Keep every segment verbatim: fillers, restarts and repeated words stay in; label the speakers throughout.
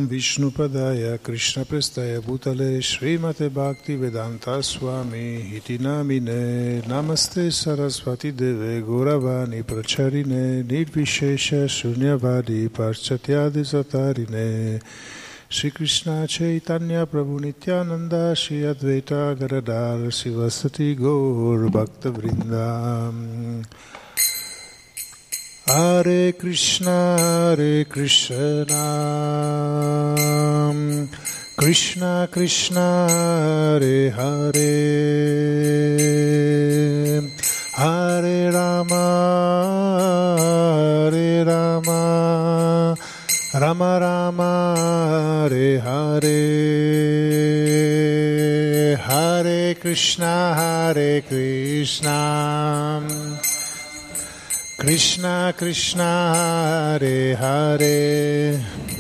Speaker 1: Namaskritam Vishnupadaya Krishna Prestaya Bhutale Srimate Bhakti Vedanta Swami Iti Namine Namaste Saraswati Deve Gauravani Pracharine Nirvishesha Shunyavadi Parchatyadi Satarine Shri Krishna Chaitanya Prabhu Nityananda Shri Advaita Gadadhar Sivasati Gaur Bhakta Vrinda Hare Krishna Hare Krishna Krishna Krishna Hare Hare Hare Rama Hare Rama Rama Rama Hare Hare Hare Krishna Hare Krishna Krishna Krishna Hare Hare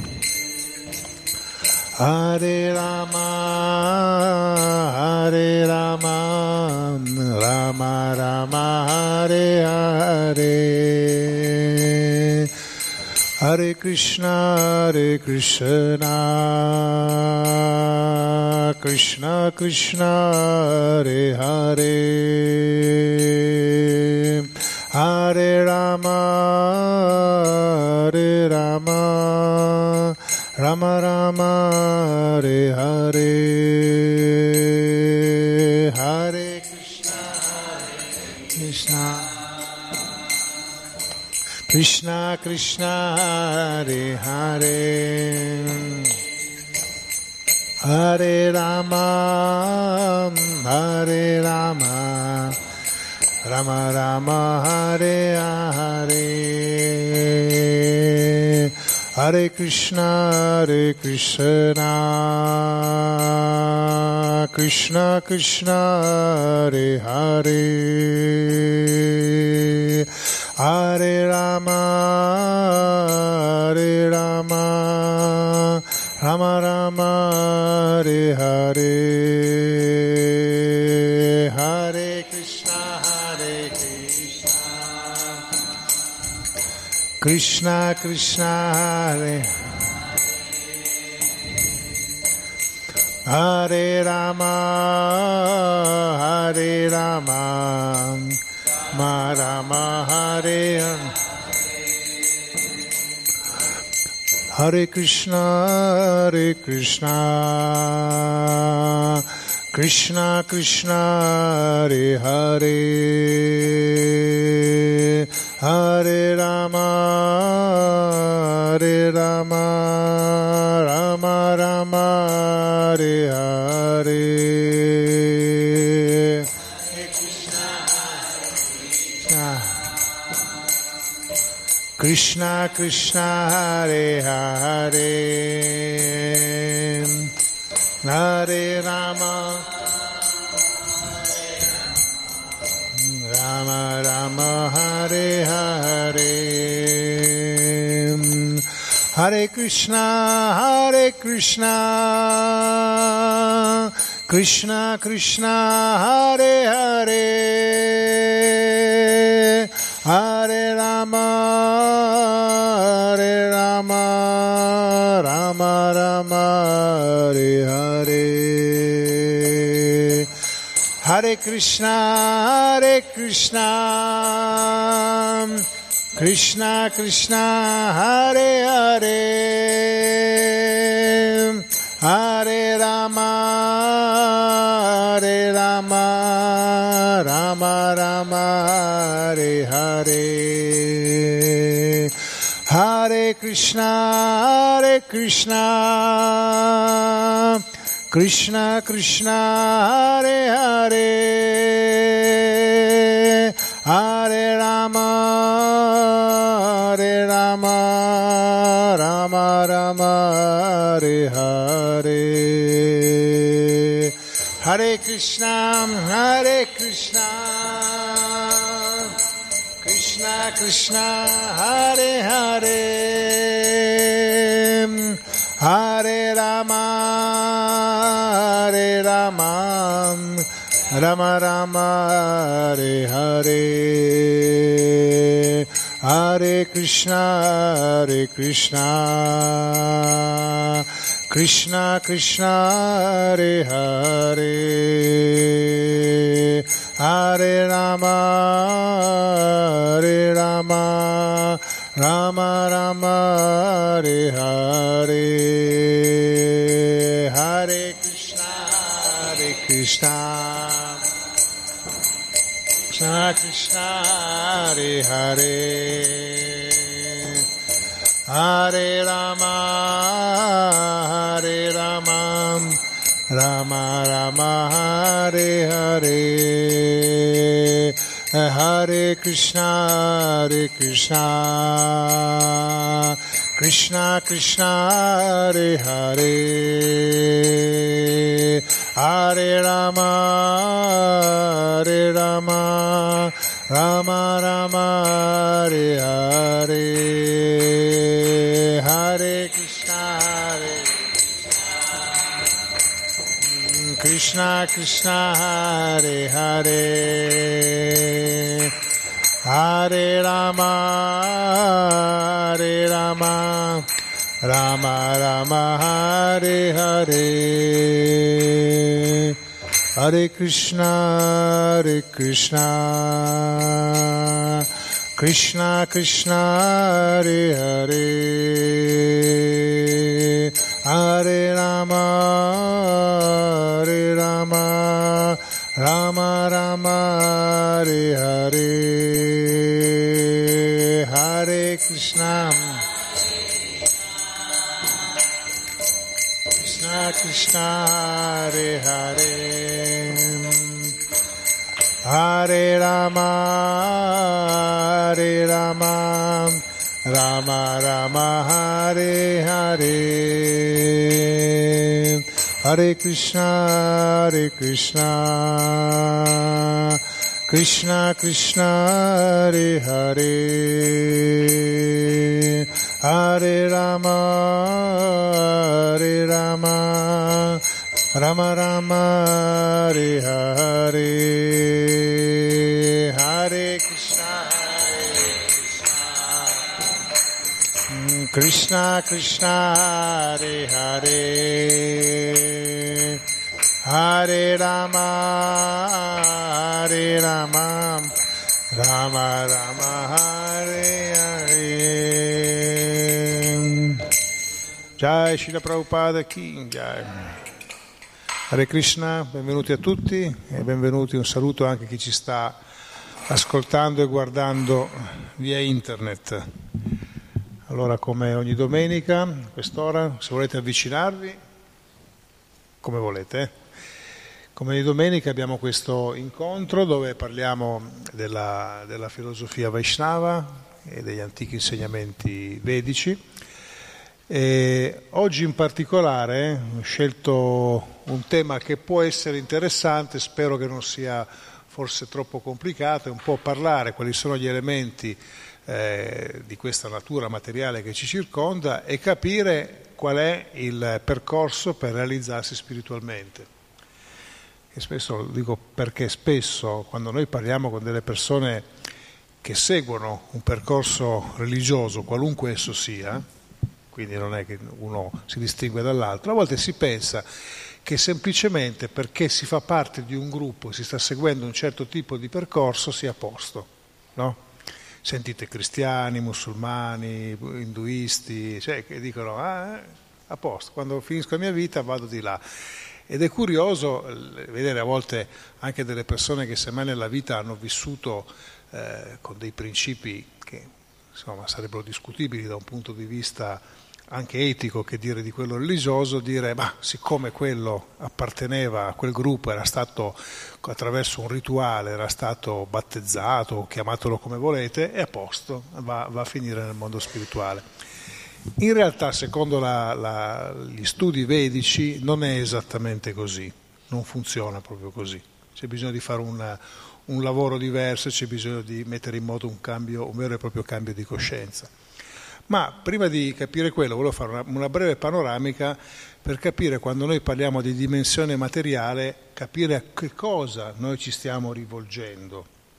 Speaker 1: Hare Rama Hare Rama Rama Rama Hare Hare Hare Krishna Hare Krishna Krishna Krishna Hare Hare Hare Rama Hare Rama Rama Rama Hare Hare Hare Krishna Hare Krishna Krishna Krishna Hare Hare Hare Rama Hare Rama Rama Rama Hare Hare Hare Krishna Hare Krishna Krishna Krishna Hare Hare Hare Rama Hare Rama Rama Rama Hare Hare Hare Krishna Hare Krishna Krishna Krishna Hare Hare Rama Hare Rama Rama Rama Hare Hare Krishna Hare Krishna Krishna Krishna Hare Hare Hare Rama Hare Rama Rama Rama Hare Hare Krishna Krishna Hare Hare Hare Rama Rama Rama Hare Hare Hare Krishna Hare Krishna Krishna Krishna Hare Hare Hare Rama Hare Rama Rama Rama Hare Hare Hare Krishna Hare Krishna Krishna Krishna Hare Hare Hare Rama Hare Rama Rama Rama Hare Hare Hare Krishna Hare Krishna Krishna Krishna Hare Hare Hare Rama Hare Rama Rama Rama Hare Hare Hare Krishna Hare Krishna Krishna Krishna Hare Hare Hare Rama Hare Rama Rama Rama Hare Hare Hare Krishna Hare Krishna Krishna Krishna Hare Hare Hare Rama Hare Rama Rama Rama Hare Hare Hare Krishna Hare Krishna Krishna Krishna Hare Hare Hare Rama Hare Rama Rama Rama Hare Hare Hare Krishna Hare Krishna Krishna Krishna Hare Hare Hare Rama Hare Rama Rama Rama Hare Hare Hare Krishna Hare Krishna Krishna Hare Hare Hare Rama Hare Rama Rama Rama Hare Hare Hare Krishna Hare Krishna Krishna Krishna Hare Hare Hare Rama Hare Rama Rama Rama Hare Hare Hare Krishna Krishna Krishna Hare Hare Hare Rama Hare Rama Rama Rama Hare Hare Hare Krishna Hare Krishna Krishna Krishna Hare Hare Hare Rama Hare Rama Rama Rama Hare Hare Hare Krishna Krishna Krishna Hare Hare Hare Rama Hare Rama Rama Rama Hare Hare Jai Srila Prabhupada Ki Jai. Hare Krishna, benvenuti a tutti e benvenuti, un saluto anche a chi ci sta ascoltando e guardando via internet. Allora, come ogni domenica, a quest'ora, se volete avvicinarvi, come volete. Come ogni domenica abbiamo questo incontro dove parliamo della, della filosofia Vaishnava e degli antichi insegnamenti vedici. E oggi in particolare ho scelto un tema che può essere interessante, spero che non sia forse troppo complicato, è un po' parlare quali sono gli elementi Eh, di questa natura materiale che ci circonda e capire qual è il percorso per realizzarsi spiritualmente. E spesso lo dico perché spesso quando noi parliamo con delle persone che seguono un percorso religioso, qualunque esso sia, quindi non è che uno si distingue dall'altro, a volte si pensa che semplicemente perché si fa parte di un gruppo, si sta seguendo un certo tipo di percorso, sia a posto, no? Sentite cristiani, musulmani, induisti, cioè che dicono ah, a posto, quando finisco la mia vita vado di là. Ed è curioso vedere a volte anche delle persone che semmai nella vita hanno vissuto eh, con dei principi che insomma sarebbero discutibili da un punto di vista anche etico, che dire di quello religioso, dire ma siccome quello apparteneva a quel gruppo, era stato attraverso un rituale, era stato battezzato, chiamatelo come volete, è a posto, va, va a finire nel mondo spirituale. In realtà, secondo la, la, gli studi vedici, non è esattamente così, non funziona proprio così. C'è bisogno di fare un, un lavoro diverso, c'è bisogno di mettere in moto un cambio, un vero e proprio cambio di coscienza. Ma prima di capire quello, volevo fare una, una breve panoramica per capire, quando noi parliamo di dimensione materiale, capire a che cosa noi ci stiamo rivolgendo.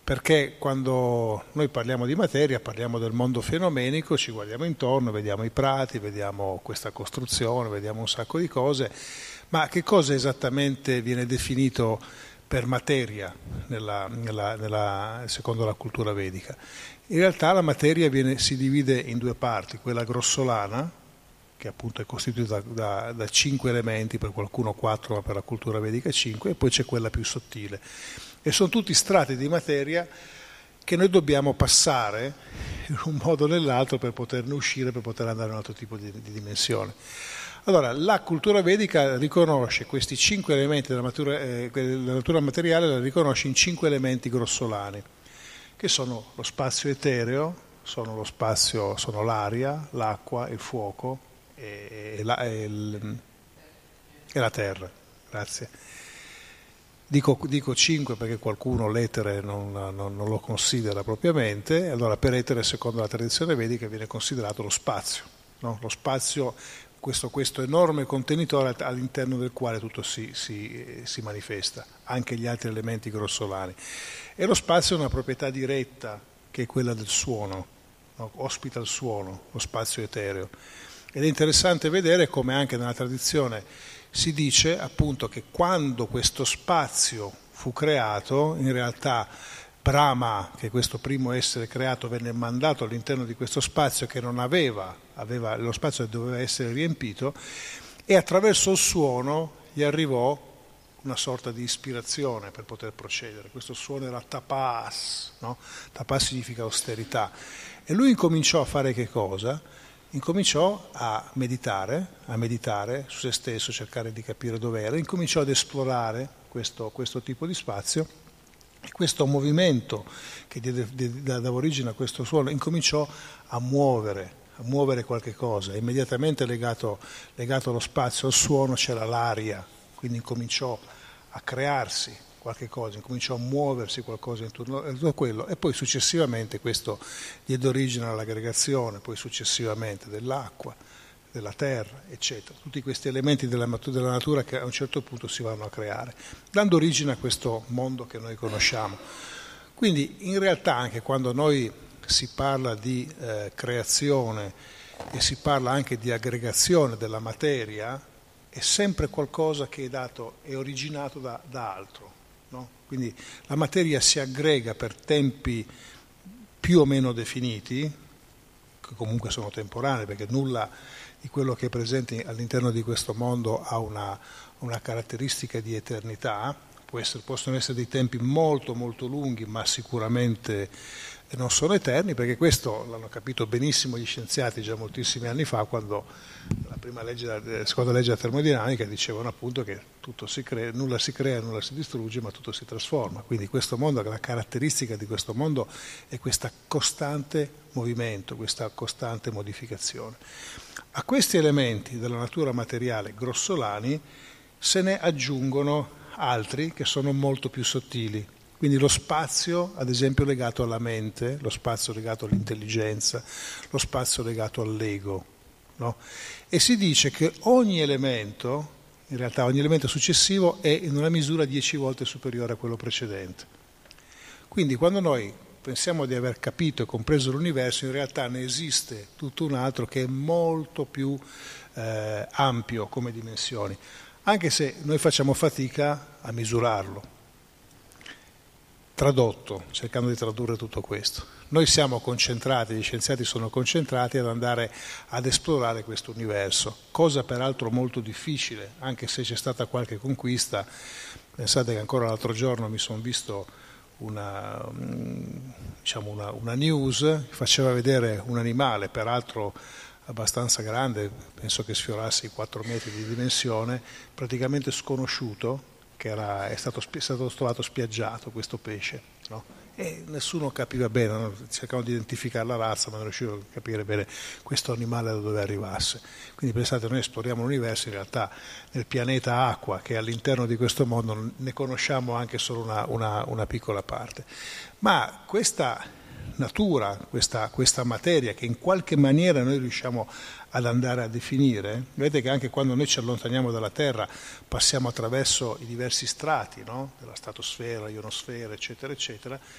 Speaker 1: perché quando noi parliamo di materia parliamo del mondo fenomenico, ci guardiamo intorno, vediamo i prati, vediamo questa costruzione, vediamo un sacco di cose, ma che cosa esattamente viene definito per materia nella, nella, nella, secondo la cultura vedica? In realtà la materia viene, si divide in due parti, quella grossolana, che appunto è costituita da, da, da cinque elementi, per qualcuno quattro, ma per la cultura vedica cinque, e poi c'è quella più sottile. E sono tutti strati di materia che noi dobbiamo passare in un modo o nell'altro per poterne uscire, per poter andare in un altro tipo di, di dimensione. Allora, la cultura vedica riconosce questi cinque elementi della natura, eh, della natura materiale, la riconosce in cinque elementi grossolani, che sono lo spazio etereo, sono lo spazio, sono l'aria, l'acqua, il fuoco e, e, la, e, il, e la terra. Grazie. Dico, dico cinque perché qualcuno l'etere non, non, non lo considera propriamente, allora per etere, secondo la tradizione vedica, viene considerato lo spazio, no? Lo spazio, questo, questo enorme contenitore all'interno del quale tutto si, si, si manifesta, anche gli altri elementi grossolani. E lo spazio è una proprietà diretta, che è quella del suono, no? Ospita il suono, lo spazio etereo. Ed è interessante vedere come anche nella tradizione si dice appunto che quando questo spazio fu creato, in realtà Brahma, che è questo primo essere creato, venne mandato all'interno di questo spazio che non aveva, aveva lo spazio che doveva essere riempito, e attraverso il suono gli arrivò una sorta di ispirazione per poter procedere. Questo suono era tapas, no? Tapas significa austerità. E lui incominciò a fare che cosa? Incominciò a meditare, a meditare su se stesso, cercare di capire dov'era, incominciò ad esplorare questo, questo tipo di spazio, e questo movimento che dava origine a questo suono incominciò a muovere, a muovere qualche cosa. Immediatamente legato, legato allo spazio, al suono, c'era l'aria, quindi incominciò a crearsi qualche cosa, incominciò a muoversi qualcosa intorno a tutto quello, e poi successivamente questo diede origine all'aggregazione, poi successivamente dell'acqua, della terra, eccetera. Tutti questi elementi della, della natura che a un certo punto si vanno a creare, dando origine a questo mondo che noi conosciamo. Quindi in realtà anche quando noi si parla di eh, creazione e si parla anche di aggregazione della materia, è sempre qualcosa che è dato, è originato da, da altro. No? Quindi la materia si aggrega per tempi più o meno definiti, che comunque sono temporanei, perché nulla di quello che è presente all'interno di questo mondo ha una, una caratteristica di eternità. Può essere, possono essere dei tempi molto molto lunghi, ma sicuramente non sono eterni, perché questo l'hanno capito benissimo gli scienziati già moltissimi anni fa, quando la prima legge, la seconda legge della termodinamica dicevano appunto che tutto si crea, nulla si crea, nulla si distrugge, ma tutto si trasforma. Quindi questo mondo, la caratteristica di questo mondo è questo costante movimento, questa costante modificazione. A questi elementi della natura materiale grossolani se ne aggiungono altri che sono molto più sottili. Quindi lo spazio, ad esempio, legato alla mente, lo spazio legato all'intelligenza, lo spazio legato all'ego, no? E si dice che ogni elemento, in realtà ogni elemento successivo, è in una misura dieci volte superiore a quello precedente. Quindi quando noi pensiamo di aver capito e compreso l'universo, in realtà ne esiste tutto un altro che è molto più eh, ampio come dimensioni, anche se noi facciamo fatica a misurarlo. Tradotto, cercando di tradurre tutto questo. Noi siamo concentrati, gli scienziati sono concentrati ad andare ad esplorare questo universo, cosa peraltro molto difficile, anche se c'è stata qualche conquista. Pensate che ancora l'altro giorno mi sono visto una, diciamo una, una news che faceva vedere un animale, peraltro abbastanza grande, penso che sfiorasse i quattro metri di dimensione, praticamente sconosciuto, che era, è, stato, è stato trovato spiaggiato questo pesce, no? E nessuno capiva bene, no? Cercavano di identificare la razza, ma non riuscivano a capire bene questo animale da dove arrivasse. Quindi pensate, noi esploriamo l'universo, in realtà nel pianeta acqua, che è all'interno di questo mondo, ne conosciamo anche solo una, una, una piccola parte. Ma questa natura, questa, questa materia che in qualche maniera noi riusciamo ad andare a definire, vedete che anche quando noi ci allontaniamo dalla Terra passiamo attraverso i diversi strati, no? Della stratosfera, ionosfera, eccetera, eccetera,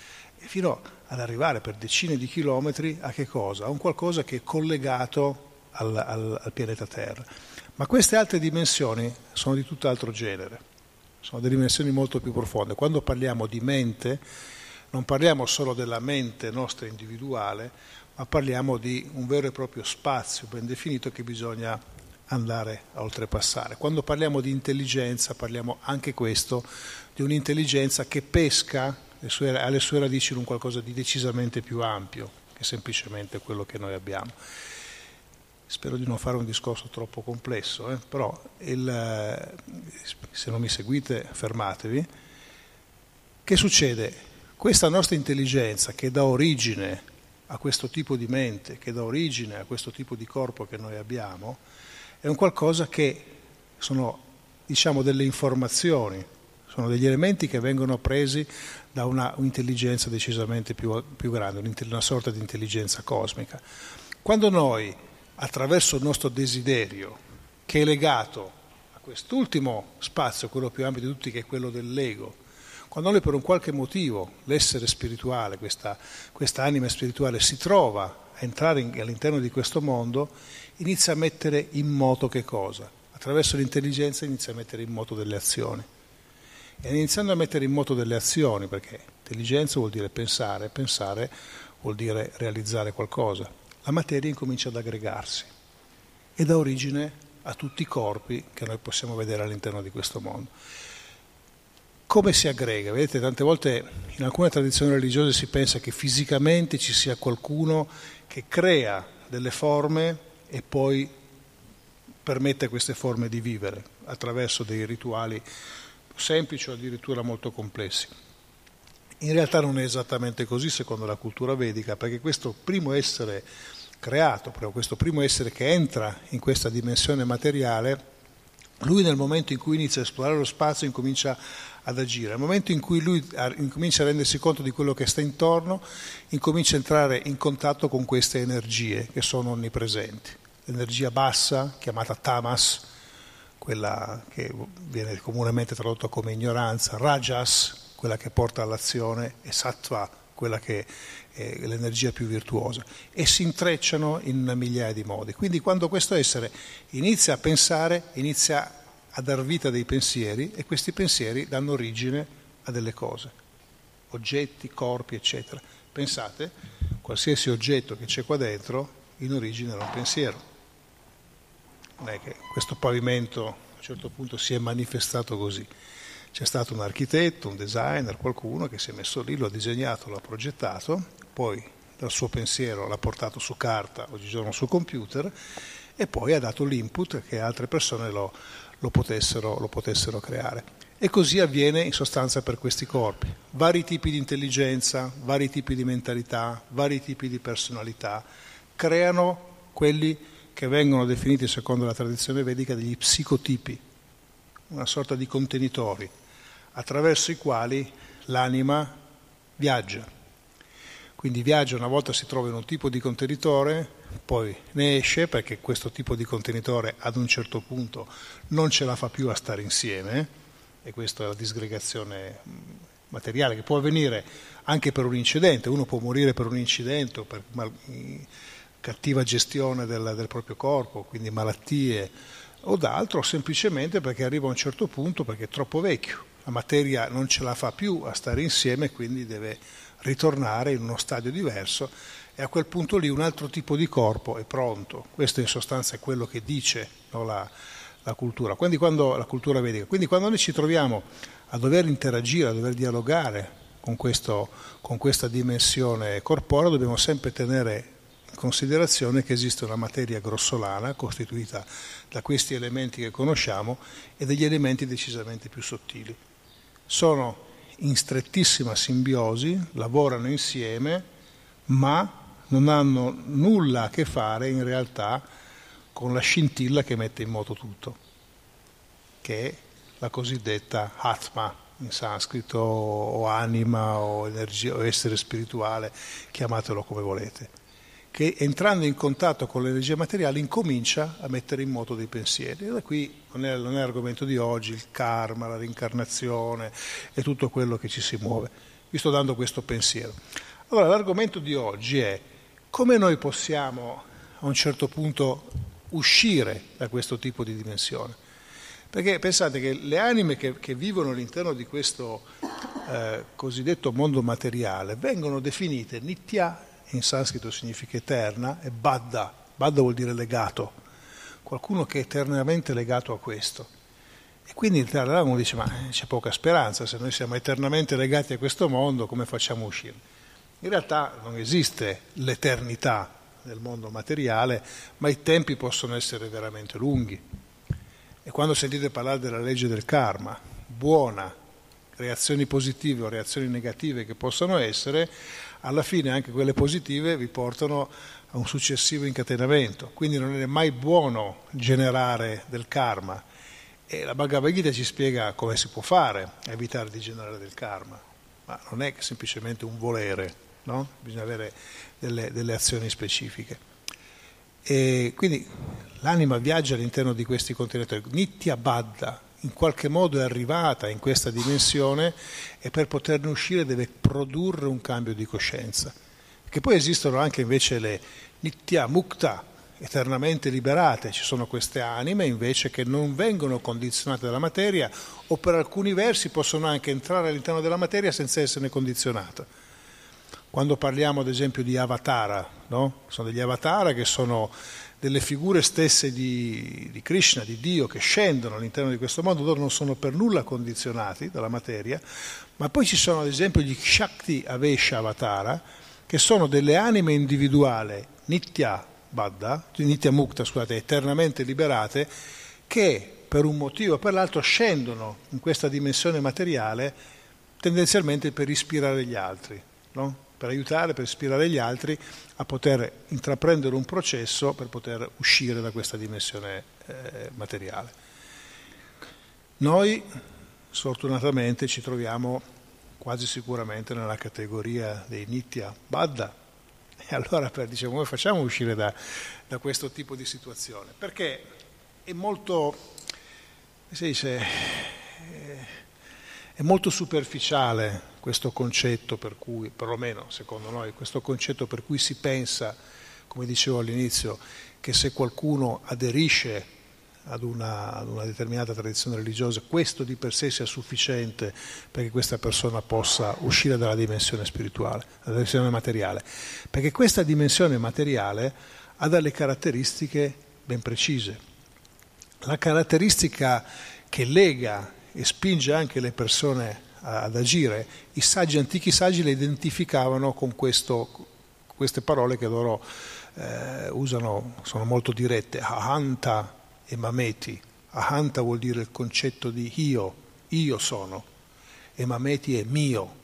Speaker 1: fino ad arrivare per decine di chilometri a che cosa? A un qualcosa che è collegato al, al, al pianeta Terra. Ma queste altre dimensioni sono di tutt'altro genere, sono delle dimensioni molto più profonde. Quando parliamo di mente, non parliamo solo della mente nostra individuale, ma parliamo di un vero e proprio spazio ben definito che bisogna andare a oltrepassare. Quando parliamo di intelligenza, parliamo anche questo, di un'intelligenza che pesca le sue, alle sue radici in un qualcosa di decisamente più ampio che semplicemente quello che noi abbiamo. Spero di non fare un discorso troppo complesso, eh? Però il, se non mi seguite fermatevi. Che succede? Questa nostra intelligenza che dà origine a questo tipo di mente, che dà origine a questo tipo di corpo che noi abbiamo, è un qualcosa che sono, diciamo, delle informazioni, sono degli elementi che vengono presi da una un'intelligenza decisamente più, più grande, una sorta di intelligenza cosmica. Quando noi, attraverso il nostro desiderio, che è legato a quest'ultimo spazio, quello più ampio di tutti, che è quello dell'ego, quando noi per un qualche motivo, l'essere spirituale, questa, questa anima spirituale si trova a entrare in, all'interno di questo mondo, inizia a mettere in moto che cosa? Attraverso l'intelligenza inizia a mettere in moto delle azioni. E iniziando a mettere in moto delle azioni, perché intelligenza vuol dire pensare, pensare vuol dire realizzare qualcosa, la materia incomincia ad aggregarsi e dà origine a tutti i corpi che noi possiamo vedere all'interno di questo mondo. Come si aggrega? Vedete, tante volte in alcune tradizioni religiose si pensa che fisicamente ci sia qualcuno che crea delle forme e poi permette a queste forme di vivere attraverso dei rituali semplici o addirittura molto complessi. In realtà non è esattamente così secondo la cultura vedica, perché questo primo essere creato, proprio questo primo essere che entra in questa dimensione materiale, lui nel momento in cui inizia a esplorare lo spazio incomincia ad agire. Nel momento in cui lui incomincia a rendersi conto di quello che sta intorno, incomincia a entrare in contatto con queste energie che sono onnipresenti. L'energia bassa, chiamata tamas, quella che viene comunemente tradotta come ignoranza, rajas, quella che porta all'azione, e sattva, quella che è l'energia più virtuosa, e si intrecciano in migliaia di modi. Quindi quando questo essere inizia a pensare, inizia a dar vita a dei pensieri, e questi pensieri danno origine a delle cose, oggetti, corpi, eccetera. Pensate, qualsiasi oggetto che c'è qua dentro in origine era un pensiero. Non è che questo pavimento a un certo punto si è manifestato così. C'è stato un architetto, un designer, qualcuno che si è messo lì, lo ha disegnato, lo ha progettato, poi dal suo pensiero l'ha portato su carta, oggigiorno su computer, e poi ha dato l'input che altre persone lo, lo, potessero, lo potessero creare. E così avviene in sostanza per questi corpi. Vari tipi di intelligenza, vari tipi di mentalità, vari tipi di personalità creano quelli che vengono definiti secondo la tradizione vedica degli psicotipi, una sorta di contenitori attraverso i quali l'anima viaggia. Quindi viaggia, una volta si trova in un tipo di contenitore, poi ne esce perché questo tipo di contenitore ad un certo punto non ce la fa più a stare insieme, e questa è la disgregazione materiale che può avvenire anche per un incidente. Uno può morire per un incidente o per mal, cattiva gestione del, del proprio corpo, quindi malattie o d'altro, semplicemente perché arriva a un certo punto perché è troppo vecchio, la materia non ce la fa più a stare insieme, quindi deve ritornare in uno stadio diverso, e a quel punto lì un altro tipo di corpo è pronto. Questo in sostanza è quello che dice, no, la, la cultura. Quindi quando la cultura vedica, quindi quando noi ci troviamo a dover interagire, a dover dialogare con, questo, con questa dimensione corporea, dobbiamo sempre tenere in considerazione che esiste una materia grossolana costituita da questi elementi che conosciamo e degli elementi decisamente più sottili. Sono in strettissima simbiosi, lavorano insieme, ma non hanno nulla a che fare in realtà con la scintilla che mette in moto tutto, che è la cosiddetta Atma in sanscrito, o anima, o energia, o essere spirituale, chiamatelo come volete, che entrando in contatto con l'energia materiale incomincia a mettere in moto dei pensieri. E da qui non è, non è argomento di oggi, il karma, la reincarnazione e tutto quello che ci si muove. Vi sto dando questo pensiero. Allora, l'argomento di oggi è come noi possiamo a un certo punto uscire da questo tipo di dimensione. Perché pensate che le anime che, che vivono all'interno di questo eh, cosiddetto mondo materiale vengono definite nitya, in sanscrito significa eterna, e baddha, baddha vuol dire legato, qualcuno che è eternamente legato a questo. E quindi in realtà uno dice, ma c'è poca speranza, se noi siamo eternamente legati a questo mondo, come facciamo a uscire? In realtà non esiste l'eternità nel mondo materiale, ma i tempi possono essere veramente lunghi. E quando sentite parlare della legge del karma, buona, reazioni positive o reazioni negative che possono essere, alla fine anche quelle positive vi portano a un successivo incatenamento. Quindi non è mai buono generare del karma. E la Bhagavad Gita ci spiega come si può fare a evitare di generare del karma. Ma non è semplicemente un volere, no? Bisogna avere delle, delle azioni specifiche. E quindi l'anima viaggia all'interno di questi contenitori. Nitya Baddha in qualche modo è arrivata in questa dimensione e per poterne uscire deve produrre un cambio di coscienza. Che poi esistono anche invece le Nitya Mukta, eternamente liberate. Ci sono queste anime invece che non vengono condizionate dalla materia o per alcuni versi possono anche entrare all'interno della materia senza essere condizionate. Quando parliamo ad esempio di avatara, no? Sono degli avatara che sono delle figure stesse di, di Krishna, di Dio, che scendono all'interno di questo mondo, loro non sono per nulla condizionati dalla materia, ma poi ci sono ad esempio gli Shakti Avesha Avatara, che sono delle anime individuali, Nitya Baddha, Nitya Mukta, scusate, eternamente liberate, che per un motivo o per l'altro scendono in questa dimensione materiale tendenzialmente per ispirare gli altri, no? Per aiutare, per ispirare gli altri a poter intraprendere un processo per poter uscire da questa dimensione eh, materiale. Noi, sfortunatamente, ci troviamo quasi sicuramente nella categoria dei Nitya Baddha. E allora per, diciamo, come facciamo a uscire da, da questo tipo di situazione? Perché è molto, si dice, è molto superficiale questo concetto per cui, perlomeno secondo noi, questo concetto per cui si pensa, come dicevo all'inizio, che se qualcuno aderisce ad una, ad una determinata tradizione religiosa, questo di per sé sia sufficiente perché questa persona possa uscire dalla dimensione spirituale, dalla dimensione materiale. Perché questa dimensione materiale ha delle caratteristiche ben precise. La caratteristica che lega e spinge anche le persone ad agire, i saggi, antichi saggi le identificavano con questo, queste parole che loro eh, usano, sono molto dirette, ahanta e mameti. Ahanta vuol dire il concetto di io, io sono, e mameti è mio,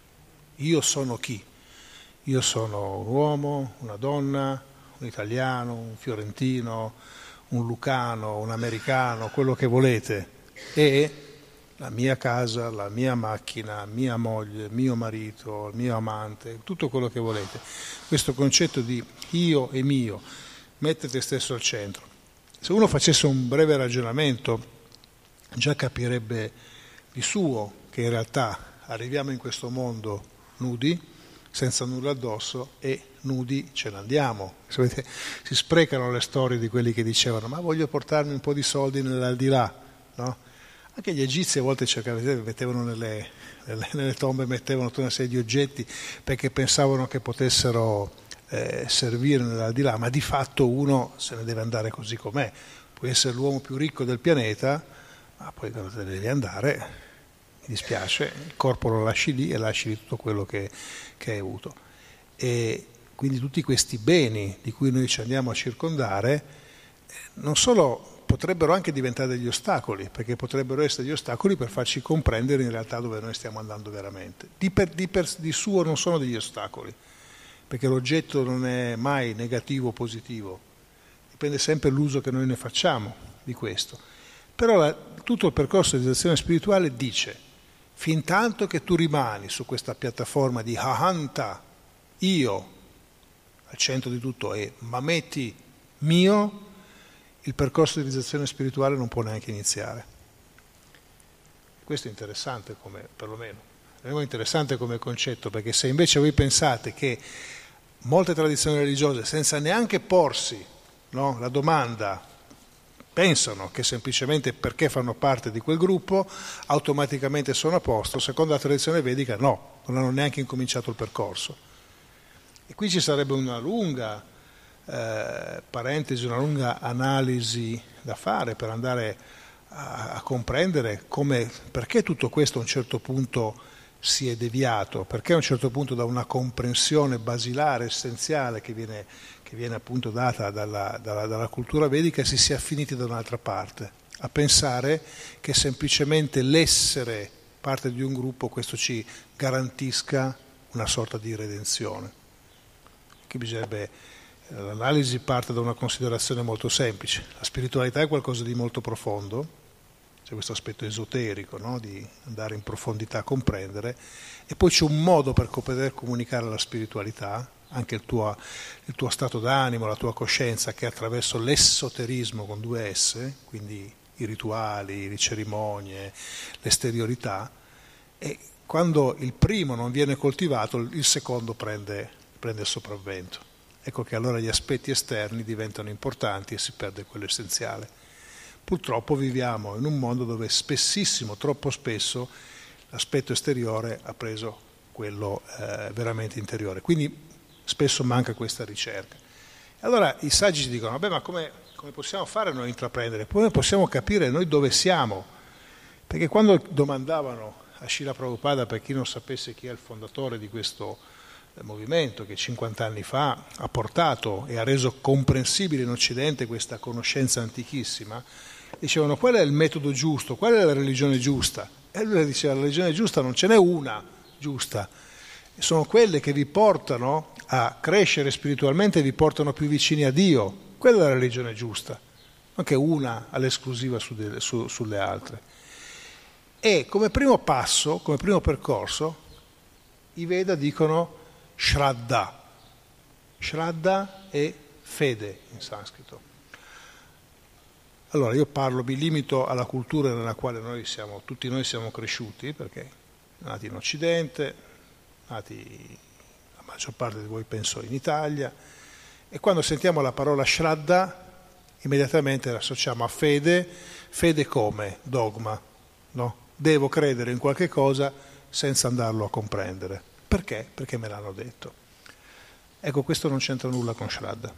Speaker 1: io sono chi? Io sono un uomo, una donna, un italiano, un fiorentino, un lucano, un americano, quello che volete, e la mia casa, la mia macchina, mia moglie, mio marito, il mio amante, tutto quello che volete. Questo concetto di io e mio, mette te stesso al centro. Se uno facesse un breve ragionamento, già capirebbe di suo che in realtà arriviamo in questo mondo nudi, senza nulla addosso, e nudi ce ne andiamo. Sapete, si sprecano le storie di quelli che dicevano ma voglio portarmi un po' di soldi nell'aldilà, no? Anche gli egizi a volte cercavano, mettevano nelle, nelle, nelle tombe, mettevano tutta una serie di oggetti perché pensavano che potessero eh, servire nell'aldilà, ma di fatto uno se ne deve andare così com'è. Puoi essere l'uomo più ricco del pianeta, ma poi quando te ne devi andare, mi dispiace, il corpo lo lasci lì e lasci lì tutto quello che, che hai avuto. E quindi tutti questi beni di cui noi ci andiamo a circondare, non solo potrebbero anche diventare degli ostacoli, perché potrebbero essere degli ostacoli per farci comprendere in realtà dove noi stiamo andando veramente. Di, per, di, per, di suo non sono degli ostacoli, perché l'oggetto non è mai negativo o positivo, dipende sempre dall'uso che noi ne facciamo di questo. Però la, tutto il percorso di realizzazione spirituale dice, fin tanto che tu rimani su questa piattaforma di ahanta, io, al centro di tutto è mameti, mio, il percorso di realizzazione spirituale non può neanche iniziare. Questo è interessante, come perlomeno È interessante come concetto, perché se invece voi pensate che molte tradizioni religiose, senza neanche porsi, no, la domanda, pensano che semplicemente perché fanno parte di quel gruppo automaticamente sono a posto, secondo la tradizione vedica no, non hanno neanche incominciato il percorso. E qui ci sarebbe una lunga eh, parentesi, una lunga analisi da fare per andare a, a comprendere come, perché tutto questo a un certo punto si è deviato, perché a un certo punto da una comprensione basilare, essenziale che viene, che viene appunto data dalla, dalla, dalla cultura vedica si sia finiti da un'altra parte, a pensare che semplicemente l'essere parte di un gruppo questo ci garantisca una sorta di redenzione. Qui bisognerebbe, l'analisi parte da una considerazione molto semplice, la spiritualità è qualcosa di molto profondo, c'è questo aspetto esoterico, no? Di andare in profondità a comprendere, e poi c'è un modo per poter comunicare la spiritualità, anche il tuo, il tuo stato d'animo, la tua coscienza, che è attraverso l'esoterismo con due S, quindi i rituali, le cerimonie, l'esteriorità, e quando il primo non viene coltivato il secondo prende, prende il sopravvento. Ecco che allora gli aspetti esterni diventano importanti e si perde quello essenziale. Purtroppo viviamo in un mondo dove spessissimo, troppo spesso, l'aspetto esteriore ha preso quello eh, veramente interiore. Quindi spesso manca questa ricerca. E allora i saggi ci dicono, vabbè, ma come, come possiamo fare noi a intraprendere? Come possiamo capire noi dove siamo? Perché quando domandavano a Srila Prabhupada, per chi non sapesse chi è il fondatore di questo movimento che cinquanta anni fa ha portato e ha reso comprensibile in Occidente questa conoscenza antichissima, dicevano qual è il metodo giusto, qual è la religione giusta? E lui diceva la religione giusta non ce n'è una giusta, sono quelle che vi portano a crescere spiritualmente e vi portano più vicini a Dio, quella è la religione giusta, non che una all'esclusiva su delle, su, sulle altre. E come primo passo, come primo percorso, i Veda dicono Shraddha. Shraddha è fede in sanscrito. Allora io parlo, mi limito alla cultura nella quale noi siamo, tutti noi siamo cresciuti, perché nati in Occidente, nati la maggior parte di voi penso in Italia, e quando sentiamo la parola Shraddha immediatamente la associamo a fede, fede come? Dogma, no? Devo credere in qualche cosa senza andarlo a comprendere. Perché? Perché me l'hanno detto. Ecco, questo non c'entra nulla con Shraddha,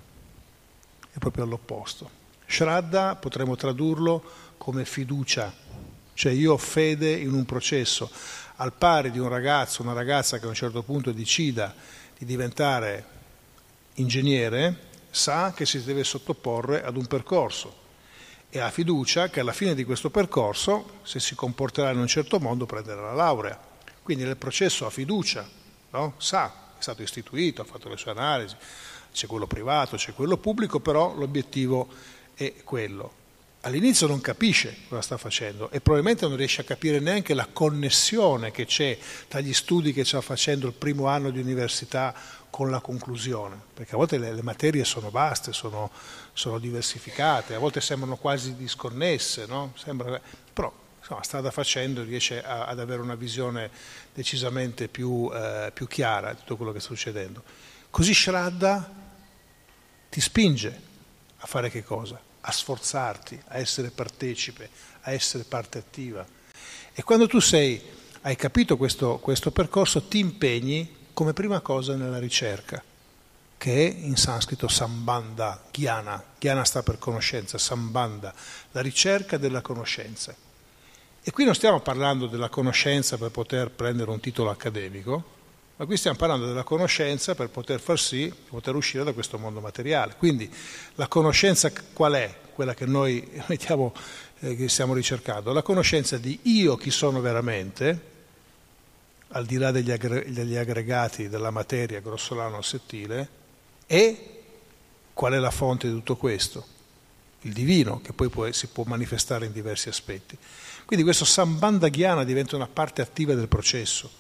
Speaker 1: è proprio all'opposto. Shraddha potremmo tradurlo come fiducia, cioè io ho fede in un processo, al pari di un ragazzo, una ragazza che a un certo punto decida di diventare ingegnere, sa che si deve sottoporre ad un percorso e ha fiducia che alla fine di questo percorso, se si comporterà in un certo modo, prenderà la laurea. Quindi nel processo ha fiducia, no? Sa, è stato istituito, ha fatto le sue analisi, c'è quello privato, c'è quello pubblico, però l'obiettivo è quello. All'inizio non capisce cosa sta facendo e probabilmente non riesce a capire neanche la connessione che c'è tra gli studi che sta facendo il primo anno di università con la conclusione, perché a volte le, le materie sono vaste, sono, sono diversificate, a volte sembrano quasi disconnesse, no? Sembra, però insomma, strada facendo riesce a, ad avere una visione decisamente più, eh, più chiara di tutto quello che sta succedendo. Così Shraddha ti spinge a fare che cosa? A sforzarti, a essere partecipe, a essere parte attiva. E quando tu sei, hai capito questo, questo percorso, ti impegni come prima cosa nella ricerca, che è in sanscrito sambandha, jnana. Jnana sta per conoscenza, sambandha, la ricerca della conoscenza. E qui non stiamo parlando della conoscenza per poter prendere un titolo accademico, ma qui stiamo parlando della conoscenza per poter far sì, per poter uscire da questo mondo materiale. Quindi la conoscenza qual è? Quella che noi mettiamo, eh, che stiamo ricercando, la conoscenza di io chi sono veramente, al di là degli, aggre- degli aggregati della materia grossolano sottile, e qual è la fonte di tutto questo? Il divino, che poi può, si può manifestare in diversi aspetti. Quindi questo sambandha jnana diventa una parte attiva del processo.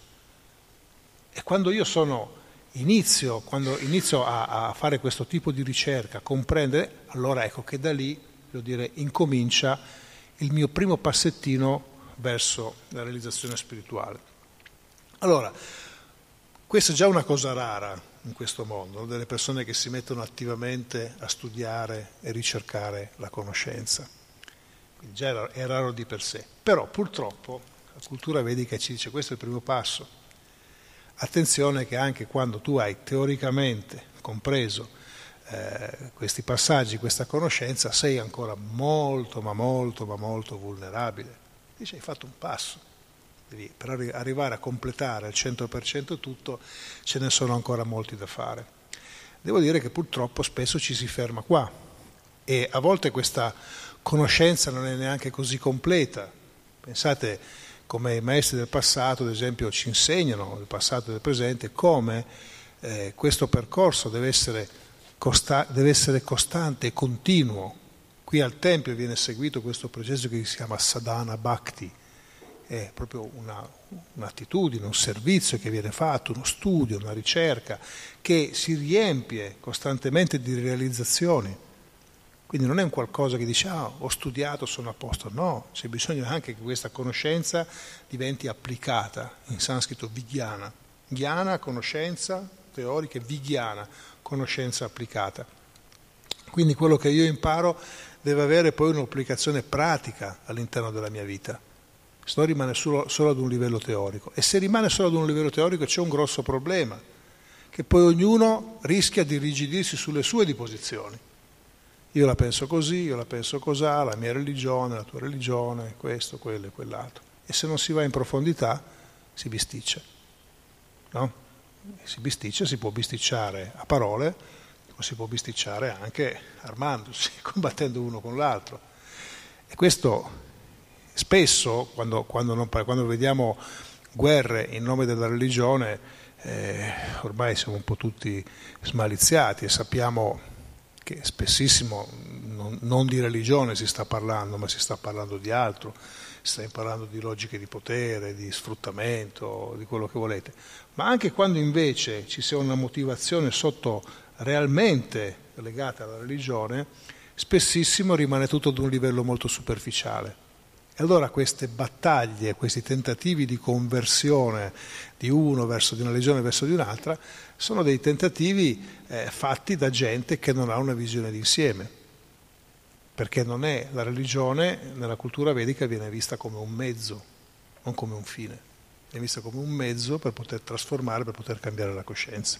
Speaker 1: E quando io sono, inizio, quando inizio a, a fare questo tipo di ricerca, a comprendere, allora ecco che da lì, devo dire, incomincia il mio primo passettino verso la realizzazione spirituale. Allora, questa è già una cosa rara in questo mondo, delle persone che si mettono attivamente a studiare e ricercare la conoscenza. Quindi già è raro di per sé. Però purtroppo la cultura vedica ci dice questo è il primo passo. Attenzione che anche quando tu hai teoricamente compreso eh, questi passaggi, questa conoscenza, sei ancora molto, ma molto, ma molto vulnerabile. Dice hai fatto un passo. Devi, per arri- arrivare a completare al cento per cento tutto, ce ne sono ancora molti da fare. Devo dire che purtroppo spesso ci si ferma qua e a volte questa conoscenza non è neanche così completa. Pensate come i maestri del passato, ad esempio, ci insegnano, del passato e del presente, come eh, questo percorso deve essere, costa- deve essere costante e continuo. Qui al Tempio viene seguito questo processo che si chiama Sadhana Bhakti, è proprio una, un'attitudine, un servizio che viene fatto, uno studio, una ricerca che si riempie costantemente di realizzazioni. Quindi non è un qualcosa che dice ah, ho studiato, sono a posto. No, c'è bisogno anche che questa conoscenza diventi applicata, in sanscrito vigyana. Jnana, conoscenza teorica, e vigyana, conoscenza applicata. Quindi quello che io imparo deve avere poi un'applicazione pratica all'interno della mia vita. Se no rimane solo, solo ad un livello teorico. E se rimane solo ad un livello teorico c'è un grosso problema, che poi ognuno rischia di irrigidirsi sulle sue disposizioni. Io la penso così, io la penso cosà, la mia religione, la tua religione, questo, quello e quell'altro. E se non si va in profondità si bisticcia, no? E si bisticcia, si può bisticciare a parole, o si può bisticciare anche armandosi, combattendo uno con l'altro. E questo spesso, quando, quando, non, quando vediamo guerre in nome della religione, eh, ormai siamo un po' tutti smaliziati e sappiamo che spessissimo non, non di religione si sta parlando, ma si sta parlando di altro, si sta parlando di logiche di potere, di sfruttamento, di quello che volete. Ma anche quando invece ci sia una motivazione sotto realmente legata alla religione, spessissimo rimane tutto ad un livello molto superficiale. E allora queste battaglie, questi tentativi di conversione di uno verso di una religione verso di un'altra, sono dei tentativi eh, fatti da gente che non ha una visione d'insieme, perché non è la religione nella cultura vedica viene vista come un mezzo, non come un fine, viene vista come un mezzo per poter trasformare, per poter cambiare la coscienza.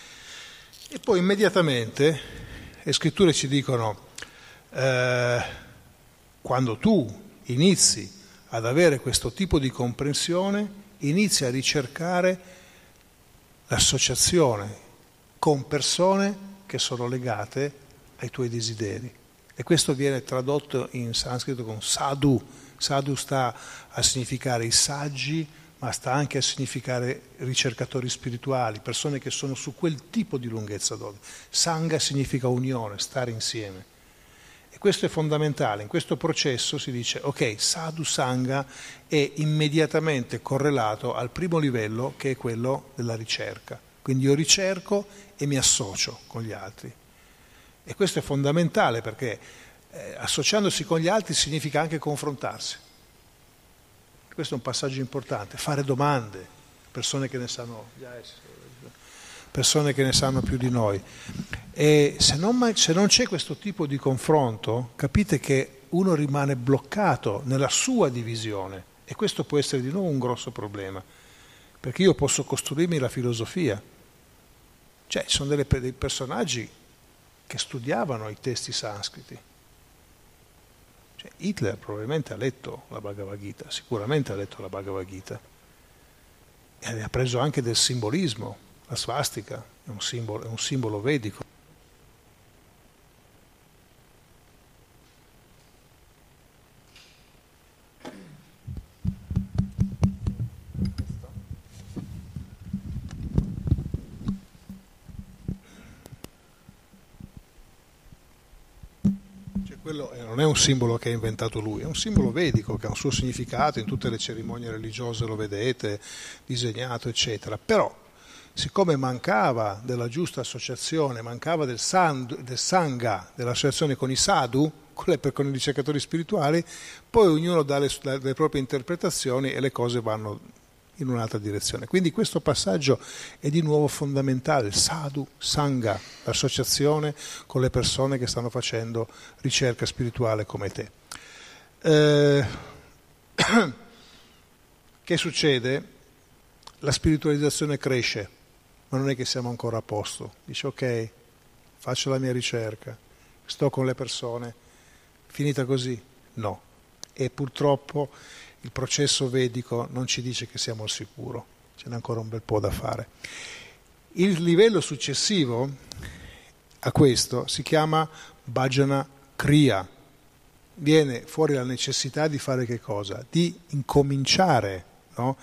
Speaker 1: E poi immediatamente le scritture ci dicono eh, quando tu inizi ad avere questo tipo di comprensione, inizi a ricercare l'associazione con persone che sono legate ai tuoi desideri. E questo viene tradotto in sanscrito con sadhu. Sadhu sta a significare i saggi, ma sta anche a significare ricercatori spirituali, persone che sono su quel tipo di lunghezza d'onda. Sangha significa unione, stare insieme. E questo è fondamentale. In questo processo si dice, ok, sadhu sangha è immediatamente correlato al primo livello, che è quello della ricerca. Quindi io ricerco e mi associo con gli altri. E questo è fondamentale perché eh, associandosi con gli altri significa anche confrontarsi. Questo è un passaggio importante, fare domande, persone che ne sanno, persone che ne sanno più di noi. E se non, se non c'è questo tipo di confronto, capite che uno rimane bloccato nella sua divisione e questo può essere di nuovo un grosso problema, perché io posso costruirmi la filosofia. Cioè, ci sono delle, dei personaggi che studiavano i testi sanscriti. Cioè, Hitler probabilmente ha letto la Bhagavad Gita, sicuramente ha letto la Bhagavad Gita e ha preso anche del simbolismo. La svastica è un simbolo, è un simbolo vedico. Quello non è un simbolo che ha inventato lui, è un simbolo vedico che ha un suo significato, in tutte le cerimonie religiose lo vedete, disegnato, eccetera. Però, siccome mancava della giusta associazione, mancava del, sand, del sangha, dell'associazione con i sadhu, con, le, con i ricercatori spirituali, poi ognuno dà le, le proprie interpretazioni e le cose vanno in un'altra direzione. Quindi questo passaggio è di nuovo fondamentale, il sadhu, sangha, l'associazione con le persone che stanno facendo ricerca spirituale come te. Eh, che succede? La spiritualizzazione cresce, ma non è che siamo ancora a posto. Dice ok, faccio la mia ricerca, sto con le persone, finita così? No. E purtroppo il processo vedico non ci dice che siamo al sicuro, ce n'è ancora un bel po' da fare. Il livello successivo a questo si chiama bhajana kriya. Viene fuori la necessità di fare che cosa? Di incominciare, no?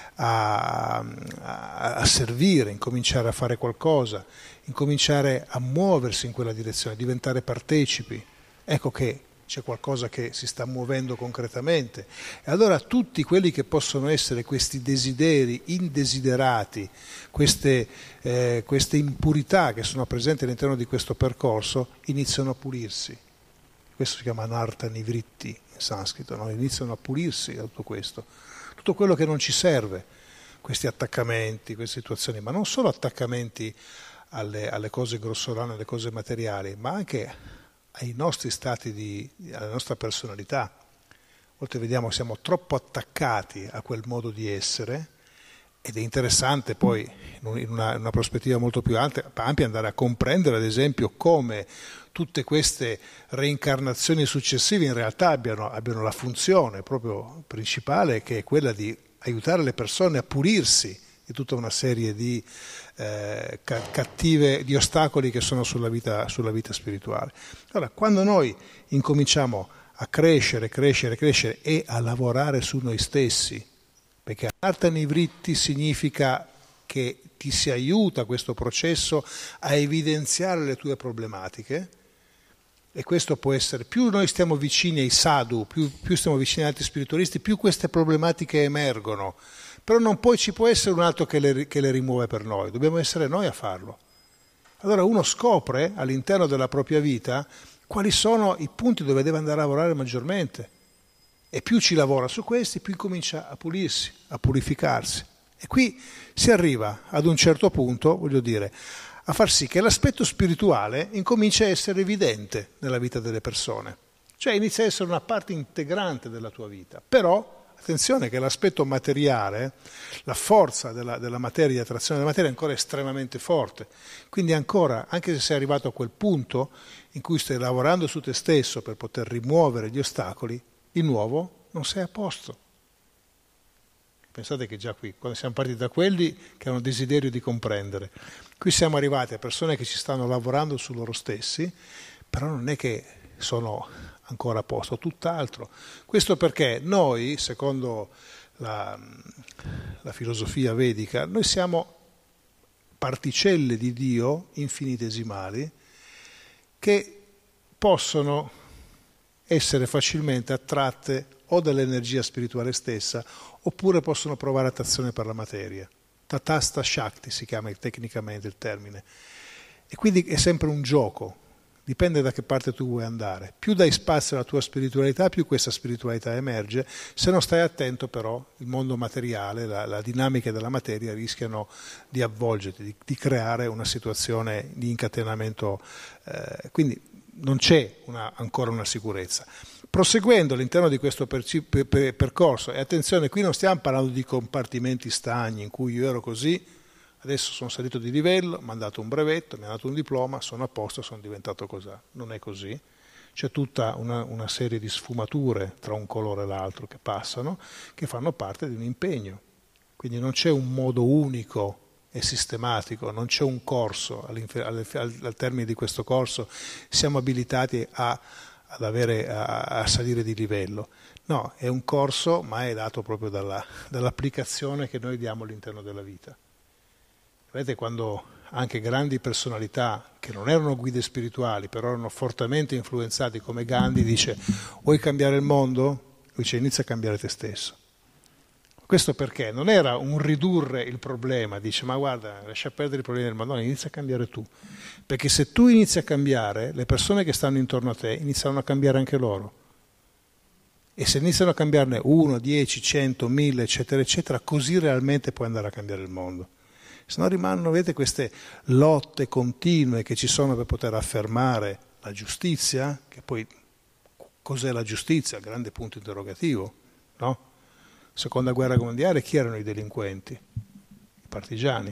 Speaker 1: a, a, a servire, incominciare a fare qualcosa, incominciare a muoversi in quella direzione, diventare partecipi. Ecco che c'è qualcosa che si sta muovendo concretamente. E allora tutti quelli che possono essere questi desideri indesiderati, queste, eh, queste impurità che sono presenti all'interno di questo percorso, iniziano a pulirsi. Questo si chiama anartha nivritti in sanscrito, no? Iniziano a pulirsi da tutto questo. Tutto quello che non ci serve, questi attaccamenti, queste situazioni, ma non solo attaccamenti alle, alle cose grossolane, alle cose materiali, ma anche ai nostri stati, di, alla nostra personalità. A volte vediamo che siamo troppo attaccati a quel modo di essere, ed è interessante poi in una, in una prospettiva molto più ampia, ampia andare a comprendere ad esempio come tutte queste reincarnazioni successive in realtà abbiano, abbiano la funzione proprio principale, che è quella di aiutare le persone a pulirsi di tutta una serie di eh, cattive, di ostacoli che sono sulla vita, sulla vita spirituale. Allora, quando noi incominciamo a crescere, crescere, crescere e a lavorare su noi stessi, perché anartha nivritti significa che ti si aiuta questo processo a evidenziare le tue problematiche, e questo può essere, più noi stiamo vicini ai sadhu, più, più stiamo vicini agli altri spiritualisti, più queste problematiche emergono. Però non poi ci può essere un altro che le, che le rimuove per noi, dobbiamo essere noi a farlo. Allora uno scopre all'interno della propria vita quali sono i punti dove deve andare a lavorare maggiormente, e più ci lavora su questi, più comincia a pulirsi, a purificarsi. E qui si arriva ad un certo punto, voglio dire, a far sì che l'aspetto spirituale incomincia a essere evidente nella vita delle persone, cioè inizia a essere una parte integrante della tua vita. Però attenzione che l'aspetto materiale, la forza della, della materia, di attrazione della materia è ancora estremamente forte, quindi ancora, anche se sei arrivato a quel punto in cui stai lavorando su te stesso per poter rimuovere gli ostacoli, di nuovo non sei a posto. Pensate che già qui, quando siamo partiti da quelli che hanno desiderio di comprendere, qui siamo arrivati a persone che ci stanno lavorando su loro stessi, però non è che sono ancora a posto, tutt'altro. Questo perché noi, secondo la, la filosofia vedica, noi siamo particelle di Dio infinitesimali che possono essere facilmente attratte o dall'energia spirituale stessa, oppure possono provare attrazione per la materia. Tatasta Shakti si chiama tecnicamente il termine. E quindi è sempre un gioco, dipende da che parte tu vuoi andare. Più dai spazio alla tua spiritualità, più questa spiritualità emerge. Se non stai attento però, il mondo materiale, la, la dinamica della materia rischiano di avvolgerti, di, di creare una situazione di incatenamento. Eh, quindi non c'è una, ancora una sicurezza. Proseguendo all'interno di questo per, per, percorso, e attenzione, qui non stiamo parlando di compartimenti stagni in cui io ero così, adesso sono salito di livello, mi hanno dato un brevetto, mi hanno dato un diploma, sono a posto, sono diventato così. Non è così. C'è tutta una, una serie di sfumature tra un colore e l'altro che passano, che fanno parte di un impegno. Quindi non c'è un modo unico e sistematico, non c'è un corso, al, al, al termine di questo corso siamo abilitati a ad avere, a, a salire di livello. No, è un corso, ma è dato proprio dalla, dall'applicazione che noi diamo all'interno della vita. Vedete, quando anche grandi personalità che non erano guide spirituali, però erano fortemente influenzati come Gandhi, dice: vuoi cambiare il mondo? Lui dice: inizia a cambiare te stesso. Questo perché non era un ridurre il problema, dice: ma guarda, lascia perdere i problemi del mondo, no, inizia a cambiare tu. Perché se tu inizi a cambiare, le persone che stanno intorno a te inizieranno a cambiare anche loro. E se iniziano a cambiarne uno, dieci, cento, mille, eccetera, eccetera, così realmente può andare a cambiare il mondo. Se no rimangono, vedete, queste lotte continue che ci sono per poter affermare la giustizia, che poi cos'è la giustizia? Grande punto interrogativo, no? Seconda guerra mondiale, chi erano i delinquenti? I partigiani.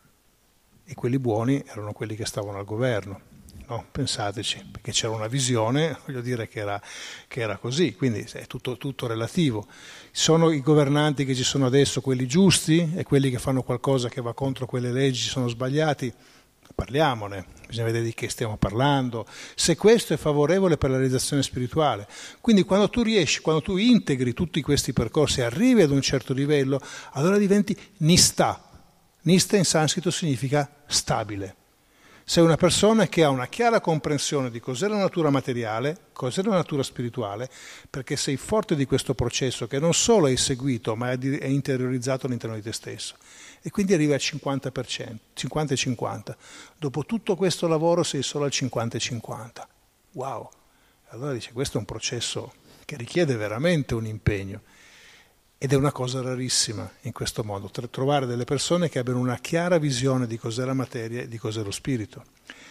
Speaker 1: E quelli buoni erano quelli che stavano al governo, no? Pensateci, perché c'era una visione, voglio dire, che era, che era così, quindi è tutto, tutto relativo. Sono i governanti che ci sono adesso quelli giusti e quelli che fanno qualcosa che va contro quelle leggi sono sbagliati? Parliamone, bisogna vedere di che stiamo parlando, se questo è favorevole per la realizzazione spirituale. Quindi quando tu riesci, quando tu integri tutti questi percorsi e arrivi ad un certo livello, allora diventi nistha. Nistha in sanscrito significa stabile. Sei una persona che ha una chiara comprensione di cos'è la natura materiale, cos'è la natura spirituale, perché sei forte di questo processo che non solo hai seguito, ma è interiorizzato all'interno di te stesso. E quindi arrivi al cinquanta per cento, cinquanta e cinquanta. Dopo tutto questo lavoro sei solo al cinquanta e cinquanta. Wow! Allora dice, questo è un processo che richiede veramente un impegno. Ed è una cosa rarissima in questo modo, trovare delle persone che abbiano una chiara visione di cos'è la materia e di cos'è lo spirito.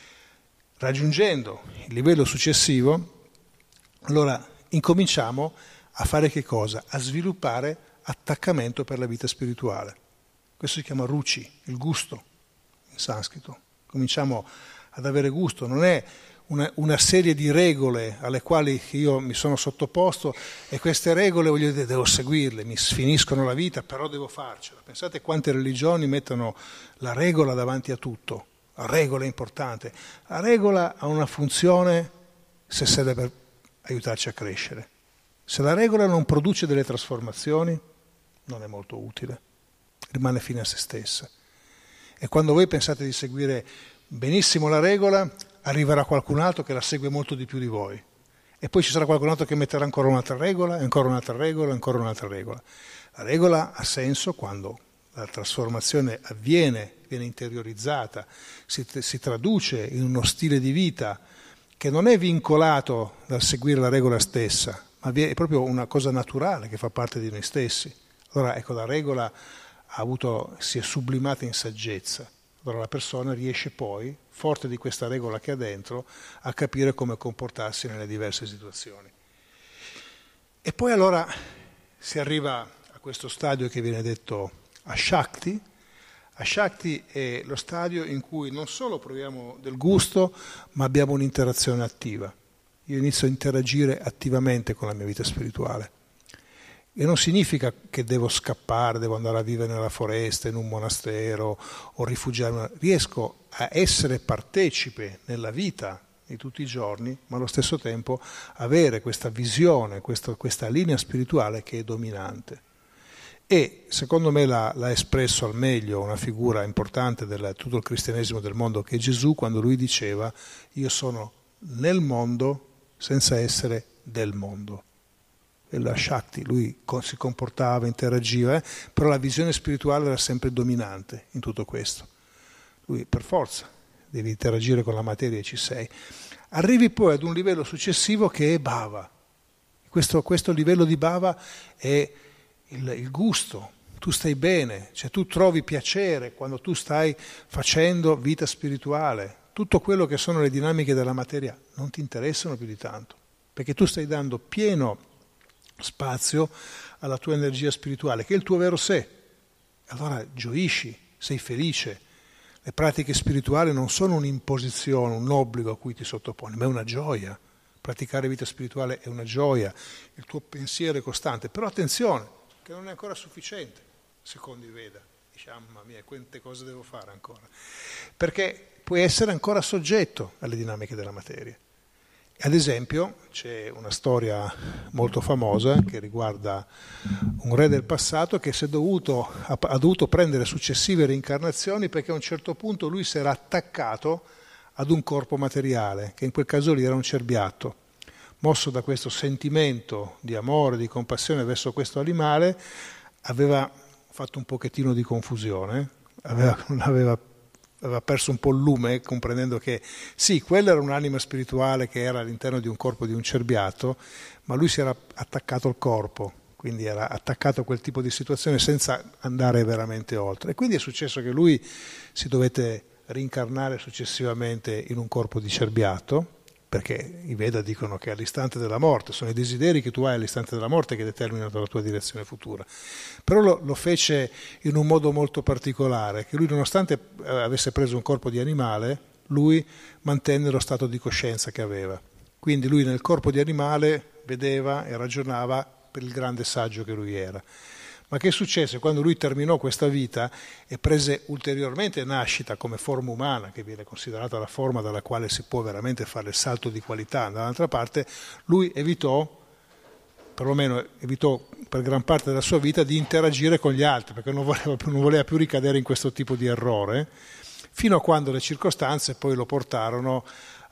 Speaker 1: Raggiungendo il livello successivo, allora incominciamo a fare che cosa? A sviluppare attaccamento per la vita spirituale. Questo si chiama ruci, il gusto in sanscrito. Cominciamo ad avere gusto, non è Una, una serie di regole alle quali io mi sono sottoposto e queste regole, voglio dire, devo seguirle, mi sfiniscono la vita, però devo farcela. Pensate quante religioni mettono la regola davanti a tutto. La regola è importante. La regola ha una funzione se serve per aiutarci a crescere. Se la regola non produce delle trasformazioni, non è molto utile, rimane fine a se stessa. E quando voi pensate di seguire benissimo la regola, arriverà qualcun altro che la segue molto di più di voi e poi ci sarà qualcun altro che metterà ancora un'altra regola, e ancora un'altra regola, e ancora un'altra regola. La regola ha senso quando la trasformazione avviene, viene interiorizzata, si, si traduce in uno stile di vita che non è vincolato dal seguire la regola stessa, ma è proprio una cosa naturale che fa parte di noi stessi. Allora ecco, la regola ha avuto, si è sublimata in saggezza. Allora la persona riesce poi, forte di questa regola che ha dentro, a capire come comportarsi nelle diverse situazioni. E poi allora si arriva a questo stadio che viene detto Ashakti. Ashakti è lo stadio in cui non solo proviamo del gusto, ma abbiamo un'interazione attiva. Io inizio a interagire attivamente con la mia vita spirituale. E non significa che devo scappare, devo andare a vivere nella foresta, in un monastero o rifugiarmi. Riesco a essere partecipe nella vita di tutti i giorni, ma allo stesso tempo avere questa visione, questa, questa linea spirituale che è dominante. E secondo me l'ha, l'ha espresso al meglio una figura importante di tutto il cristianesimo del mondo, che è Gesù, quando lui diceva: io sono nel mondo senza essere del mondo. E la Shakti, lui si comportava, interagiva, eh? Però la visione spirituale era sempre dominante in tutto questo. Lui per forza devi interagire con la materia e ci sei. Arrivi poi ad un livello successivo che è Bhava. Questo, questo livello di Bhava è il, il gusto, tu stai bene, cioè tu trovi piacere quando tu stai facendo vita spirituale. Tutto quello che sono le dinamiche della materia non ti interessano più di tanto, perché tu stai dando pieno spazio alla tua energia spirituale, che è il tuo vero sé. Allora gioisci, sei felice. Le pratiche spirituali non sono un'imposizione, un obbligo a cui ti sottoponi, ma è una gioia. Praticare vita spirituale è una gioia, il tuo pensiero è costante. Però attenzione, che non è ancora sufficiente, secondo i Veda. Dici, ah, mamma mia, quante cose devo fare ancora? Perché puoi essere ancora soggetto alle dinamiche della materia. Ad esempio, c'è una storia molto famosa che riguarda un re del passato che si è dovuto, ha dovuto prendere successive reincarnazioni perché a un certo punto lui si era attaccato ad un corpo materiale, che in quel caso lì era un cerbiatto. Mosso da questo sentimento di amore, di compassione verso questo animale, aveva fatto un pochettino di confusione, aveva, non aveva aveva perso un po' il lume, comprendendo che sì, quella era un'anima spirituale che era all'interno di un corpo di un cerbiato, ma lui si era attaccato al corpo, quindi era attaccato a quel tipo di situazione senza andare veramente oltre. E quindi è successo che lui si dovette rincarnare successivamente in un corpo di cerbiato, perché i Veda dicono che all'istante della morte, sono i desideri che tu hai all'istante della morte che determinano la tua direzione futura. Però lo, lo fece in un modo molto particolare, che lui nonostante avesse preso un corpo di animale, lui mantenne lo stato di coscienza che aveva. Quindi lui nel corpo di animale vedeva e ragionava per il grande saggio che lui era. Ma che successe? Quando lui terminò questa vita e prese ulteriormente nascita come forma umana, che viene considerata la forma dalla quale si può veramente fare il salto di qualità, dall'altra parte lui evitò, perlomeno evitò per gran parte della sua vita, di interagire con gli altri, perché non voleva più, non voleva più ricadere in questo tipo di errore, fino a quando le circostanze poi lo portarono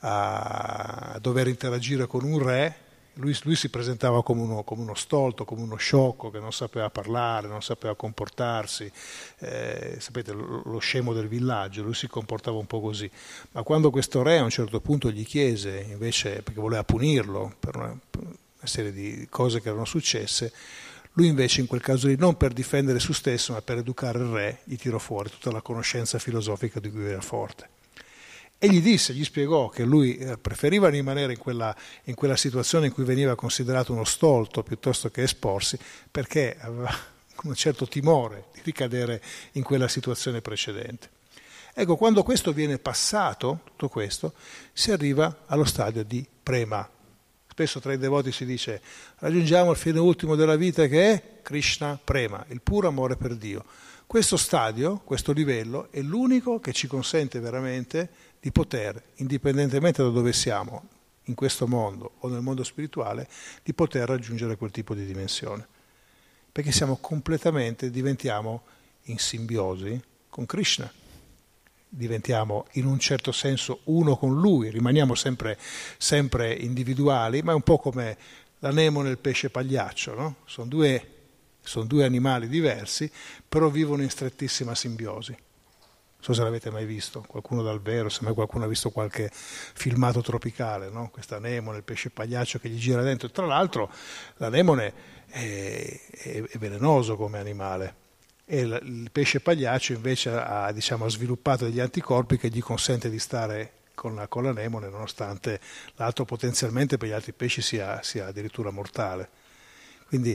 Speaker 1: a dover interagire con un re. Lui, lui si presentava come uno, come uno stolto, come uno sciocco che non sapeva parlare, non sapeva comportarsi, eh, sapete, lo, lo scemo del villaggio, lui si comportava un po' così. Ma quando questo re a un certo punto gli chiese, invece, perché voleva punirlo per una, per una serie di cose che erano successe, lui invece in quel caso lì, non per difendere se stesso, ma per educare il re, gli tirò fuori tutta la conoscenza filosofica di cui era forte. E gli disse, gli spiegò che lui preferiva rimanere in quella, in quella situazione in cui veniva considerato uno stolto piuttosto che esporsi, perché aveva un certo timore di ricadere in quella situazione precedente. Ecco, quando questo viene passato, tutto questo, si arriva allo stadio di prema. Spesso tra i devoti si dice, raggiungiamo il fine ultimo della vita che è Krishna prema, il puro amore per Dio. Questo stadio, questo livello, è l'unico che ci consente veramente di poter, indipendentemente da dove siamo, in questo mondo o nel mondo spirituale, di poter raggiungere quel tipo di dimensione. Perché siamo completamente, diventiamo in simbiosi con Krishna, diventiamo in un certo senso uno con Lui, rimaniamo sempre, sempre individuali, ma è un po' come l'anemone e il pesce pagliaccio, no? Sono due, sono due animali diversi, però vivono in strettissima simbiosi. Non so se l'avete mai visto, qualcuno dal vero, se mai qualcuno ha visto qualche filmato tropicale, no? Questa anemone, il pesce pagliaccio che gli gira dentro. Tra l'altro l'anemone è, è, è velenoso come animale e il, il pesce pagliaccio invece ha, diciamo, ha sviluppato degli anticorpi che gli consente di stare con, la, con l'anemone, nonostante l'altro potenzialmente per gli altri pesci sia, sia addirittura mortale. Quindi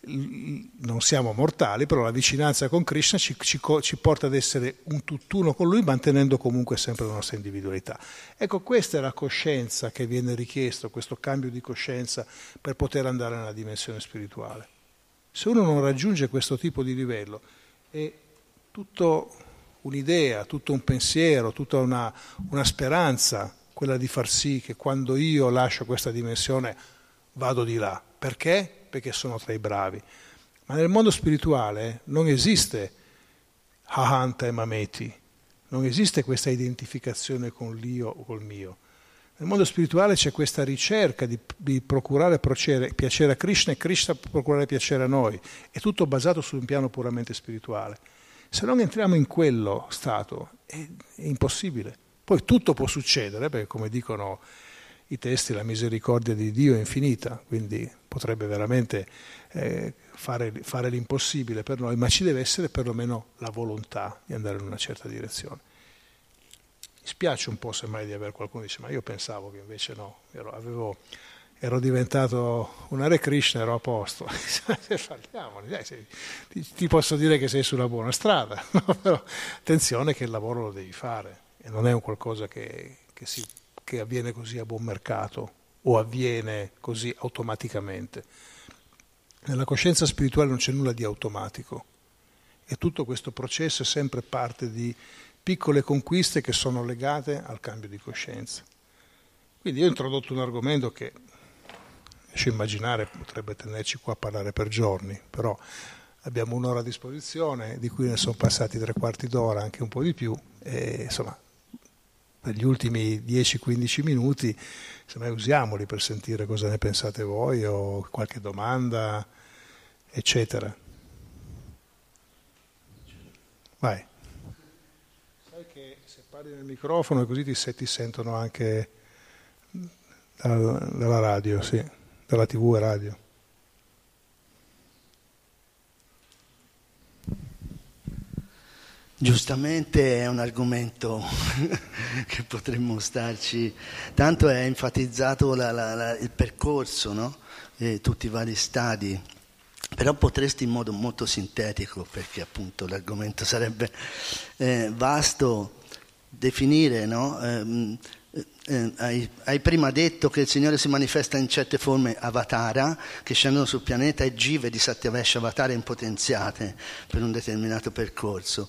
Speaker 1: non siamo mortali, però la vicinanza con Krishna ci, ci, ci porta ad essere un tutt'uno con Lui, mantenendo comunque sempre la nostra individualità. Ecco, questa è la coscienza che viene richiesto, questo cambio di coscienza per poter andare nella dimensione spirituale. Se uno non raggiunge questo tipo di livello, è tutto un'idea, tutto un pensiero, tutta una, una speranza, quella di far sì che quando io lascio questa dimensione vado di là. Perché? Perché sono tra i bravi. Ma nel mondo spirituale non esiste Ahanta e Mameti, non esiste questa identificazione con l'io o col mio. Nel mondo spirituale c'è questa ricerca di, di procurare piacere a Krishna e Krishna procurare piacere a noi. È tutto basato su un piano puramente spirituale. Se non entriamo in quello stato è, è impossibile. Poi tutto può succedere, perché come dicono i testi, la misericordia di Dio è infinita, quindi potrebbe veramente eh, fare, fare l'impossibile per noi, ma ci deve essere perlomeno la volontà di andare in una certa direzione. Mi spiace un po' semmai di avere qualcuno che dice, ma io pensavo che invece no, ero, avevo, ero diventato un Hare Krishna, ero a posto. Parliamone, dai, sei, ti, ti posso dire che sei sulla buona strada, no? Però attenzione che il lavoro lo devi fare e non è un qualcosa che, che si che avviene così a buon mercato o avviene così automaticamente. Nella coscienza spirituale non c'è nulla di automatico e tutto questo processo è sempre parte di piccole conquiste che sono legate al cambio di coscienza. Quindi io ho introdotto un argomento che, riesco a immaginare, potrebbe tenerci qua a parlare per giorni, però abbiamo un'ora a disposizione, di cui ne sono passati tre quarti d'ora, anche un po' di più, e insomma per gli ultimi dieci quindici minuti, semmai usiamoli per sentire cosa ne pensate voi o qualche domanda, eccetera. Vai. Sai che se parli nel microfono e così ti, se, ti sentono anche dal, dalla radio, sì, dalla tivù e radio.
Speaker 2: Giustamente è un argomento che potremmo starci, tanto è enfatizzato la, la, la, il percorso, no? E tutti i vari stadi, però potresti in modo molto sintetico, perché appunto l'argomento sarebbe eh, vasto, definire, no? Eh, eh, hai, hai prima detto che il Signore si manifesta in certe forme avatara che scendono sul pianeta e jive di Satyavesha avatara impotenziate per un determinato percorso.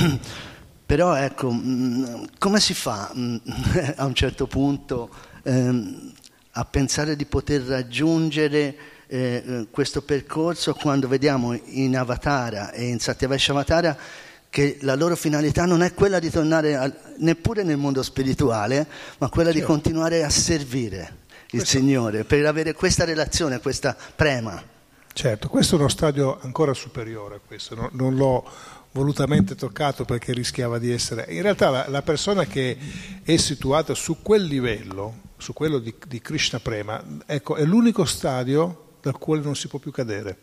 Speaker 2: Però ecco, mh, come si fa mh, a un certo punto ehm, a pensare di poter raggiungere eh, questo percorso quando vediamo in Avatara e in Satyavesha Avatara che la loro finalità non è quella di tornare a, neppure nel mondo spirituale, ma quella certo. di continuare a servire il questo... Signore, per avere questa relazione, questa prema.
Speaker 1: Certo, questo è uno stadio ancora superiore a questo, no, non l'ho volutamente toccato perché rischiava di essere... In realtà la, la persona che è situata su quel livello, su quello di, di Krishna Prema, ecco, è l'unico stadio dal quale non si può più cadere.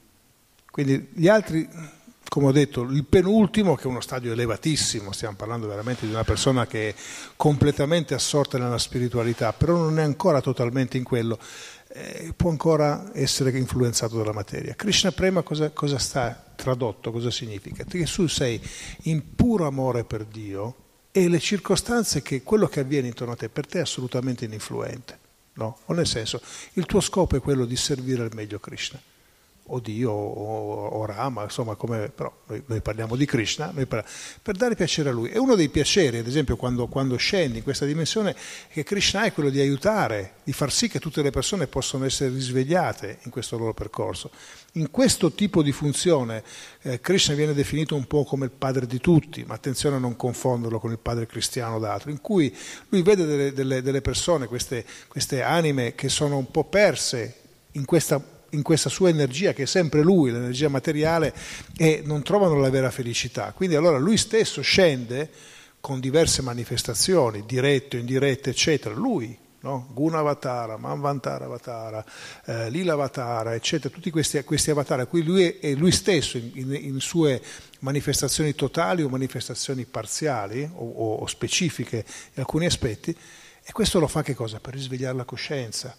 Speaker 1: Quindi gli altri... Come ho detto, il penultimo, che è uno stadio elevatissimo, stiamo parlando veramente di una persona che è completamente assorta nella spiritualità, però non è ancora totalmente in quello, eh, può ancora essere influenzato dalla materia. Krishna Prema cosa, cosa sta tradotto, cosa significa? Che tu sei in puro amore per Dio e le circostanze, che quello che avviene intorno a te per te è assolutamente ininfluente, no? O nel senso, il tuo scopo è quello di servire al meglio Krishna. O Dio o, o Rama, insomma, come, però noi, noi parliamo di Krishna, noi par- per dare piacere a Lui. E uno dei piaceri, ad esempio, quando, quando scendi in questa dimensione, che Krishna è quello di aiutare, di far sì che tutte le persone possano essere risvegliate in questo loro percorso. In questo tipo di funzione eh, Krishna viene definito un po' come il padre di tutti, ma attenzione a non confonderlo con il padre cristiano d'altro, in cui lui vede delle, delle, delle persone, queste, queste anime che sono un po' perse in questa in questa sua energia, che è sempre lui, l'energia materiale, e non trovano la vera felicità. Quindi allora lui stesso scende con diverse manifestazioni, dirette, indirette, eccetera. Lui, no? Guna Avatara, Manvantara Avatara, eh, Lila Avatara, eccetera, tutti questi, questi avatar a cui lui è, è lui stesso in, in, in sue manifestazioni totali o manifestazioni parziali o, o, o specifiche in alcuni aspetti, e questo lo fa che cosa? Per risvegliare la coscienza.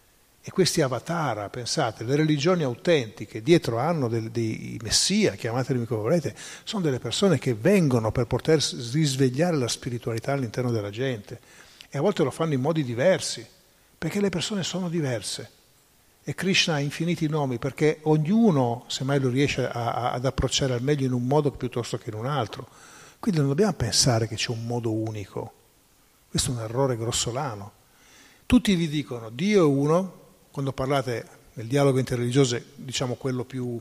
Speaker 1: E questi avatara, pensate, le religioni autentiche dietro hanno dei, dei messia, chiamateli come volete, sono delle persone che vengono per poter risvegliare la spiritualità all'interno della gente, e a volte lo fanno in modi diversi, perché le persone sono diverse. E Krishna ha infiniti nomi, perché ognuno, semmai lo riesce a, a, ad approcciare al meglio in un modo piuttosto che in un altro. Quindi non dobbiamo pensare che c'è un modo unico. Questo è un errore grossolano. Tutti vi dicono Dio è uno. Quando parlate nel dialogo interreligioso, diciamo quello più,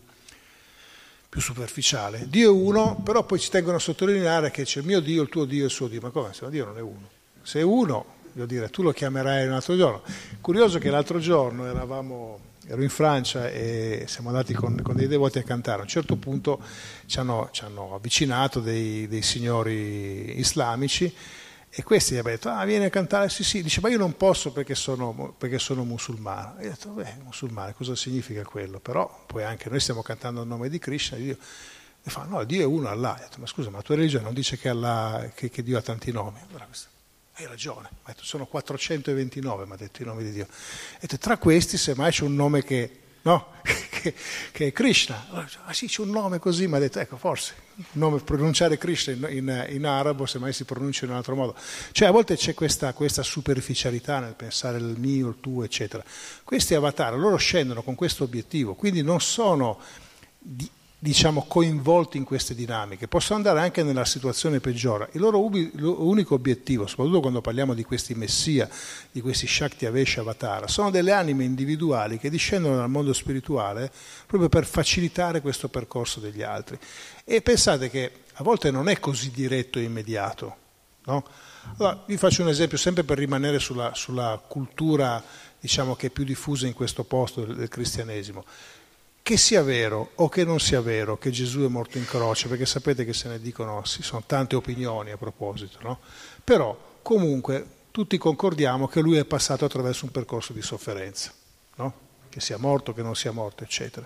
Speaker 1: più superficiale, Dio è uno, però poi ci tengono a sottolineare che c'è il mio Dio, il tuo Dio e il suo Dio. Ma come? Se Dio non è uno. Se è uno, voglio dire, tu lo chiamerai un altro giorno. Curioso che l'altro giorno eravamo, ero in Francia e siamo andati con, con dei devoti a cantare. A un certo punto ci hanno, ci hanno avvicinato dei, dei signori islamici, e questi gli abbiamo detto, ah, vieni a cantare, sì sì, dice, ma io non posso perché sono, perché sono musulmano. E io ho detto, beh, musulmano, cosa significa quello? Però poi anche noi stiamo cantando il nome di Krishna, e Dio, e fa, no, Dio è uno, Allah. Io ho detto, ma scusa, ma la tua religione non dice che, Allah, che, che Dio ha tanti nomi? Allora, hai ragione, mi ha detto, sono quattrocentoventinove, mi ha detto i nomi di Dio. E detto, tra questi, semmai c'è un nome che, no, che, che è Krishna. Allora, ah sì, c'è un nome così, mi ha detto, ecco, forse il nome, pronunciare Krishna in, in, in arabo, semmai si pronuncia in un altro modo. Cioè a volte c'è questa, questa superficialità nel pensare il mio, il tuo, eccetera. Questi avatar, loro scendono con questo obiettivo, quindi non sono di, diciamo coinvolti in queste dinamiche, possono andare anche nella situazione peggiore. Il loro ubi, lo unico obiettivo, soprattutto quando parliamo di questi messia, di questi Shakti Avesha Avatara, sono delle anime individuali che discendono dal mondo spirituale proprio per facilitare questo percorso degli altri. E pensate che a volte non è così diretto e immediato, no? Allora, vi faccio un esempio sempre per rimanere sulla, sulla cultura, diciamo, che è più diffusa in questo posto del, del cristianesimo. Che che sia vero o che non sia vero che Gesù è morto in croce, perché sapete che se ne dicono, ci sono tante opinioni a proposito, no? Però comunque tutti concordiamo che lui è passato attraverso un percorso di sofferenza, no? Che sia morto, che non sia morto, eccetera.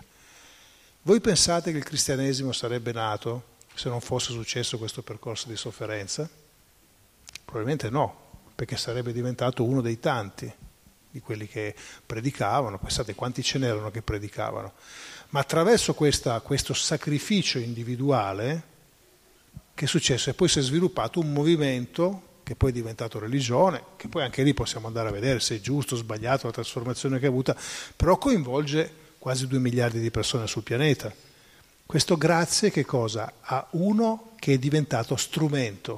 Speaker 1: Voi pensate che il cristianesimo sarebbe nato se non fosse successo questo percorso di sofferenza? Probabilmente no, perché sarebbe diventato uno dei tanti di quelli che predicavano. Pensate quanti ce n'erano che predicavano. Ma attraverso questa, questo sacrificio individuale, che è successo? E poi si è sviluppato un movimento che poi è diventato religione, che poi anche lì possiamo andare a vedere se è giusto o sbagliato la trasformazione che ha avuta, però coinvolge quasi due miliardi di persone sul pianeta. Questo grazie che cosa? A uno che è diventato strumento.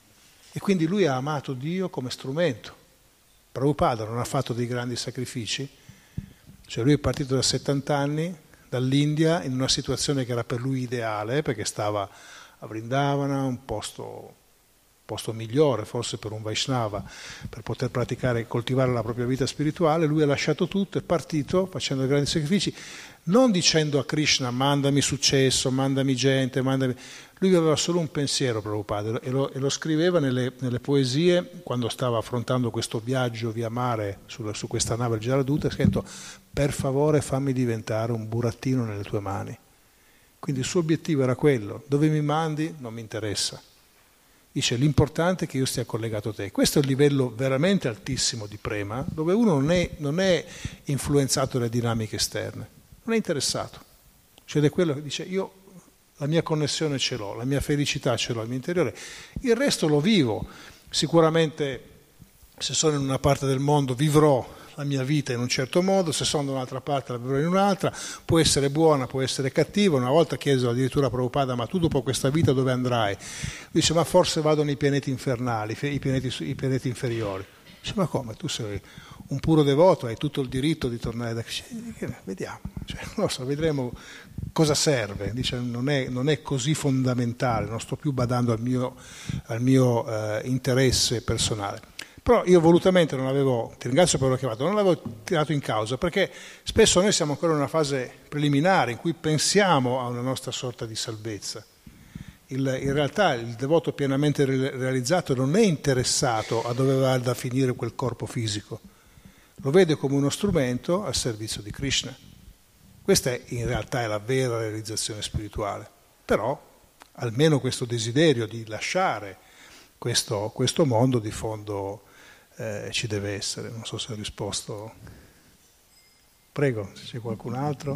Speaker 1: E quindi lui ha amato Dio come strumento. Prabhupada non ha fatto dei grandi sacrifici, cioè lui è partito da settanta anni dall'India in una situazione che era per lui ideale, perché stava a Vrindavana, un posto, posto migliore forse per un Vaishnava, per poter praticare e coltivare la propria vita spirituale. Lui ha lasciato tutto, è partito facendo grandi sacrifici, non dicendo a Krishna mandami successo, mandami gente, mandami... Lui aveva solo un pensiero, Prabhupada, e lo, e lo scriveva nelle, nelle poesie quando stava affrontando questo viaggio via mare su, su questa nave al Jaladuta, ha scritto per favore fammi diventare un burattino nelle tue mani. Quindi il suo obiettivo era quello, dove mi mandi non mi interessa. Dice l'importante è che io stia collegato a te. Questo è il livello veramente altissimo di prema, dove uno non è, non è influenzato dalle dinamiche esterne, non è interessato. Cioè è quello che dice io la mia connessione ce l'ho, la mia felicità ce l'ho al mio interiore, il resto lo vivo. Sicuramente se sono in una parte del mondo vivrò la mia vita in un certo modo, se sono da un'altra parte la vivrò in un'altra, può essere buona, può essere cattiva. Una volta chiesero addirittura a Prabhupada, ma tu dopo questa vita dove andrai? Lui dice, ma forse vado nei pianeti infernali, i pianeti, i pianeti inferiori. Dice, ma come? Tu sei un puro devoto, hai tutto il diritto di tornare da Krishna. Vediamo, cioè, non so, vedremo cosa serve. Dice, non è, non è così fondamentale, non sto più badando al mio, al mio eh, interesse personale. Però io volutamente non avevo, ti ringrazio per averlo chiamato, non l'avevo tirato in causa, perché spesso noi siamo ancora in una fase preliminare in cui pensiamo a una nostra sorta di salvezza. Il, in realtà il devoto pienamente realizzato non è interessato a dove va da finire quel corpo fisico, lo vede come uno strumento al servizio di Krishna. Questa è, in realtà è la vera realizzazione spirituale, però almeno questo desiderio di lasciare questo, questo mondo di fondo eh, ci deve essere. Non so se ho risposto. Prego, se c'è qualcun altro.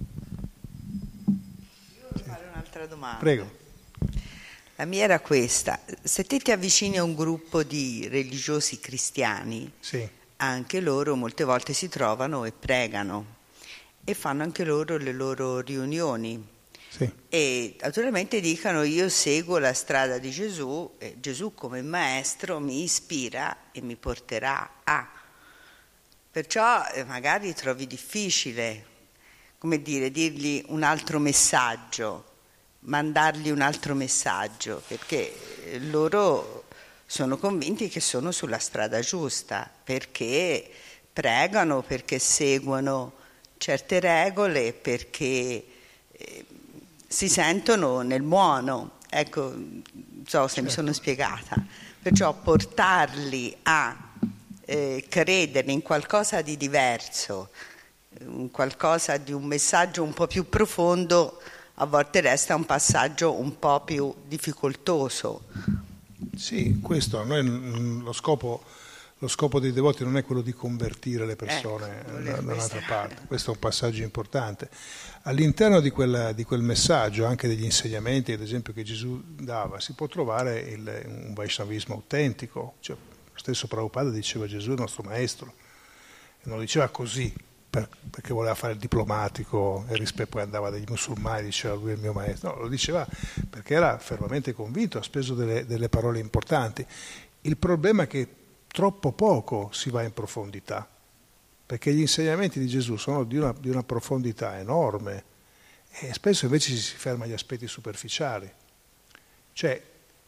Speaker 3: Io voglio fare un'altra domanda.
Speaker 1: Prego.
Speaker 3: La mia era questa: se te ti avvicini a un gruppo di religiosi cristiani,
Speaker 1: sì.
Speaker 3: Anche loro molte volte si trovano e pregano e fanno anche loro le loro riunioni.
Speaker 1: Sì.
Speaker 3: E naturalmente dicono io seguo la strada di Gesù e Gesù come maestro mi ispira e mi porterà a. Perciò eh, magari trovi difficile, come dire, dirgli un altro messaggio, mandargli un altro messaggio, perché loro sono convinti che sono sulla strada giusta, perché pregano, perché seguono certe regole, perché eh, si sentono nel buono. Ecco, non so se certo. Mi sono spiegata. Perciò portarli a eh, credere in qualcosa di diverso, in qualcosa di un messaggio un po' più profondo, a volte resta un passaggio un po' più difficoltoso.
Speaker 1: Sì, questo, noi, lo scopo, lo scopo dei devoti non è quello di convertire le persone ecco, da, da un'altra parte, questo è un passaggio importante. All'interno di quel, di quel messaggio, anche degli insegnamenti, ad esempio, che Gesù dava, si può trovare il, un Vaishnavismo autentico. Cioè, lo stesso Prabhupada diceva Gesù è il nostro maestro, e non lo diceva così, per, perché voleva fare il diplomatico e rispetto poi andava dagli musulmani e diceva lui è il mio maestro. No, lo diceva perché era fermamente convinto, ha speso delle, delle parole importanti. Il problema è che troppo poco si va in profondità, perché gli insegnamenti di Gesù sono di una, di una profondità enorme e spesso invece si ferma agli aspetti superficiali. Cioè,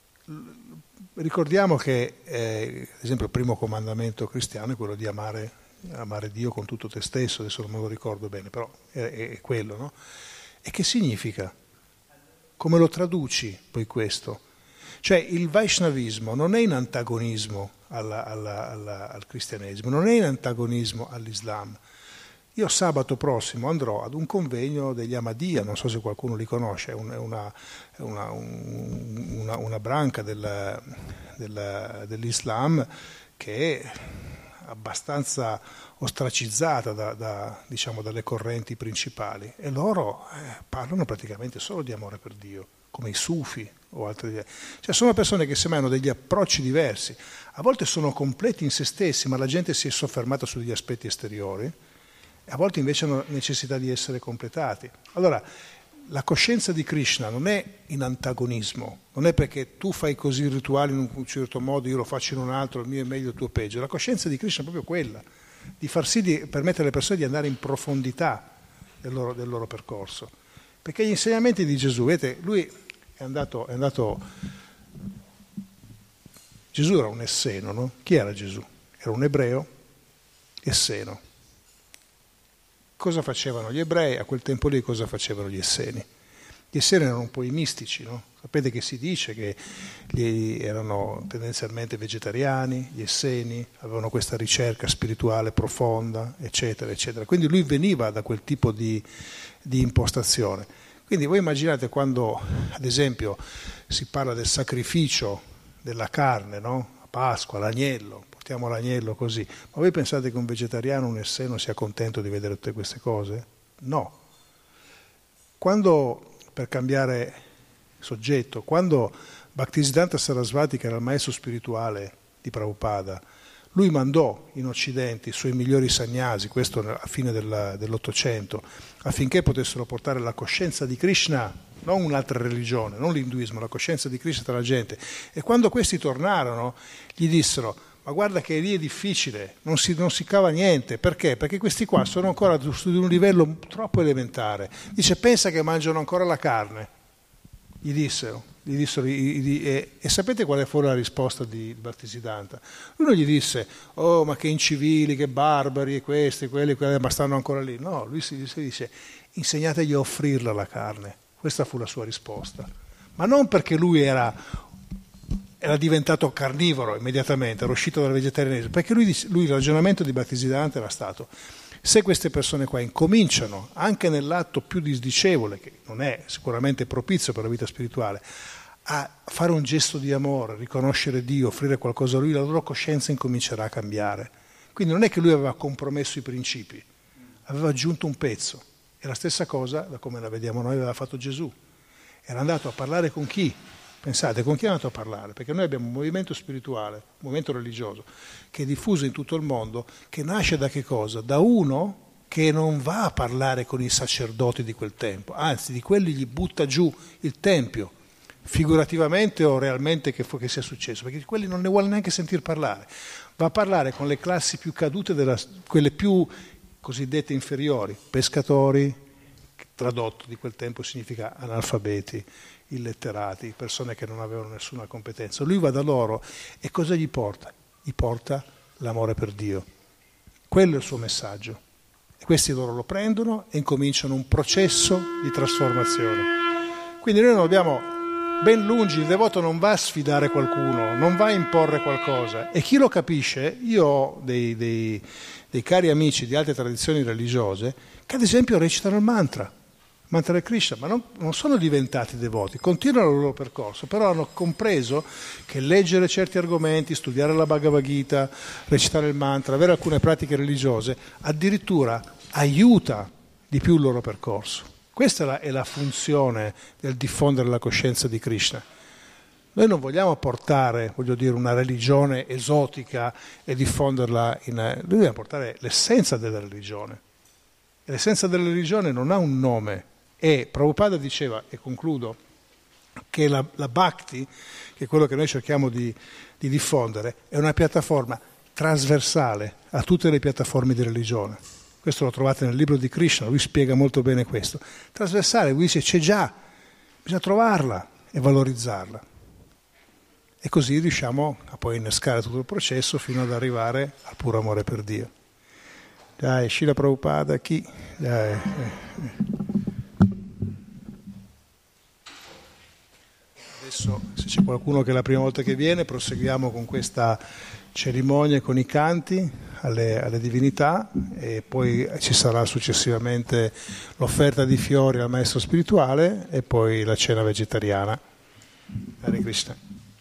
Speaker 1: ricordiamo che, eh, ad esempio, il primo comandamento cristiano è quello di amare amare Dio con tutto te stesso, adesso non me lo ricordo bene, però è, è quello, no? E che significa? Come lo traduci poi questo? Cioè il Vaishnavismo non è in antagonismo alla, alla, alla, al cristianesimo, non è in antagonismo all'Islam. Io sabato prossimo andrò ad un convegno degli Ahmadiyya, non so se qualcuno li conosce, è una, una, una, una, una branca del, del, dell'Islam che è abbastanza ostracizzata da, da, diciamo, dalle correnti principali, e loro eh, parlano praticamente solo di amore per Dio, come i sufi o altre. Cioè sono persone che semmai hanno degli approcci diversi, a volte sono completi in se stessi, ma la gente si è soffermata su degli aspetti esteriori, a volte invece hanno necessità di essere completati. Allora, la coscienza di Krishna non è in antagonismo, non è perché tu fai così i rituali in un certo modo, io lo faccio in un altro, il mio è meglio, il tuo è peggio. La coscienza di Krishna è proprio quella, di far sì di permettere alle persone di andare in profondità del loro, del loro percorso. Perché gli insegnamenti di Gesù, vedete, lui è andato, è andato... Gesù era un esseno, no? Chi era Gesù? Era un ebreo esseno. Cosa facevano gli ebrei? A quel tempo lì cosa facevano gli esseni? Gli esseni erano un po' i mistici, no? Sapete che si dice che gli erano tendenzialmente vegetariani, gli esseni, avevano questa ricerca spirituale profonda, eccetera, eccetera. Quindi lui veniva da quel tipo di, di impostazione. Quindi voi immaginate quando, ad esempio, si parla del sacrificio della carne, no? A Pasqua, l'agnello, portiamo l'agnello così. Ma voi pensate che un vegetariano, un esseno, sia contento di vedere tutte queste cose? No. Quando, per cambiare soggetto, quando Bhaktisiddhanta Sarasvati, che era il maestro spirituale di Prabhupada, lui mandò in Occidente i suoi migliori sannyasi, questo a fine del, dell'Ottocento, affinché potessero portare la coscienza di Krishna, non un'altra religione, non l'induismo, la coscienza di Krishna tra la gente. E quando questi tornarono, gli dissero: ma guarda che lì è difficile, non si, non si cava niente. Perché? Perché questi qua sono ancora su di un livello troppo elementare. Dice: pensa che mangiano ancora la carne. Gli dissero, gli dissero gli, gli, e, e sapete qual fu la risposta di Bhaktisiddhanta? Lui non gli disse: oh, ma che incivili, che barbari, e questi, quelli, quelli, ma stanno ancora lì. No, lui si, si dice: insegnategli a offrirla la carne. Questa fu la sua risposta. Ma non perché lui era, era diventato carnivoro immediatamente, era uscito dal vegetarianesimo, perché lui, lui il ragionamento di Bhaktisiddhanta era stato: se queste persone qua incominciano, anche nell'atto più disdicevole, che non è sicuramente propizio per la vita spirituale, a fare un gesto di amore, riconoscere Dio, offrire qualcosa a Lui, la loro coscienza incomincerà a cambiare. Quindi non è che lui aveva compromesso i principi, aveva aggiunto un pezzo. E la stessa cosa, da come la vediamo noi, aveva fatto Gesù. Era andato a parlare con chi? Pensate, con chi è andato a parlare? Perché noi abbiamo un movimento spirituale, un movimento religioso, che è diffuso in tutto il mondo, che nasce da che cosa? Da uno che non va a parlare con i sacerdoti di quel tempo, anzi di quelli gli butta giù il tempio, figurativamente o realmente che, che sia successo, perché di quelli non ne vuole neanche sentir parlare. Va a parlare con le classi più cadute, della, quelle più cosiddette inferiori, pescatori, tradotto di quel tempo significa analfabeti, illetterati, persone che non avevano nessuna competenza. Lui va da loro e cosa gli porta? Gli porta l'amore per Dio. Quello è il suo messaggio. E questi loro lo prendono e incominciano un processo di trasformazione. Quindi noi non dobbiamo, ben lungi, il devoto non va a sfidare qualcuno, non va a imporre qualcosa. E chi lo capisce, io ho dei, dei, dei cari amici di altre tradizioni religiose che ad esempio recitano il mantra. Mantra del Krishna, ma non, non sono diventati devoti, continuano il loro percorso, però hanno compreso che leggere certi argomenti, studiare la Bhagavad Gita, recitare il mantra, avere alcune pratiche religiose, addirittura aiuta di più il loro percorso. Questa è la, è la funzione del diffondere la coscienza di Krishna. Noi non vogliamo portare, voglio dire, una religione esotica e diffonderla in... Noi dobbiamo portare l'essenza della religione. E l'essenza della religione non ha un nome. E Prabhupada diceva, e concludo, che la, la Bhakti, che è quello che noi cerchiamo di, di diffondere, è una piattaforma trasversale a tutte le piattaforme di religione. Questo lo trovate nel libro di Krishna, lui spiega molto bene questo. Trasversale, lui dice c'è già, bisogna trovarla e valorizzarla. E così riusciamo a poi innescare tutto il processo fino ad arrivare al puro amore per Dio. Dai, Srila Prabhupada, chi? Dai. Adesso, se c'è qualcuno che è la prima volta che viene, proseguiamo con questa cerimonia, con i canti alle, alle divinità, e poi ci sarà successivamente l'offerta di fiori al maestro spirituale e poi la cena vegetariana. Hare Krishna.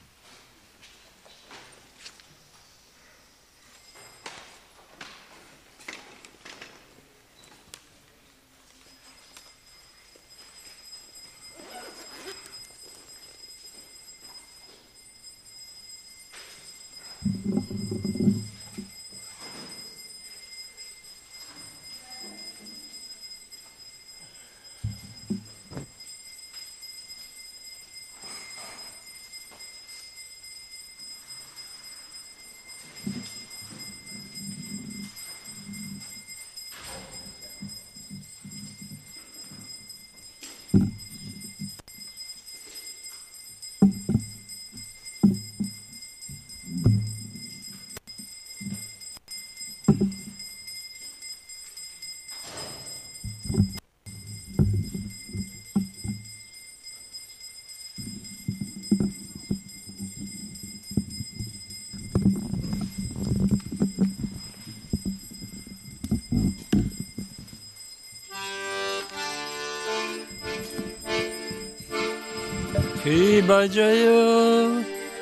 Speaker 4: Shiva Jaya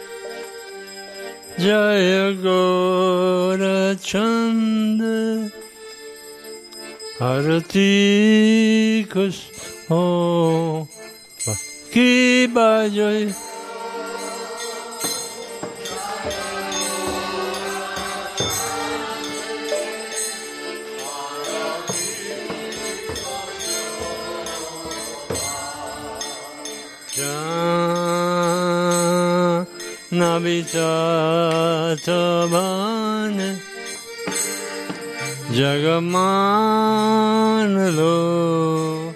Speaker 4: Jaya Gaura Chanda Arati Kuso Shiva Jaya Navitatabane Jagamanalo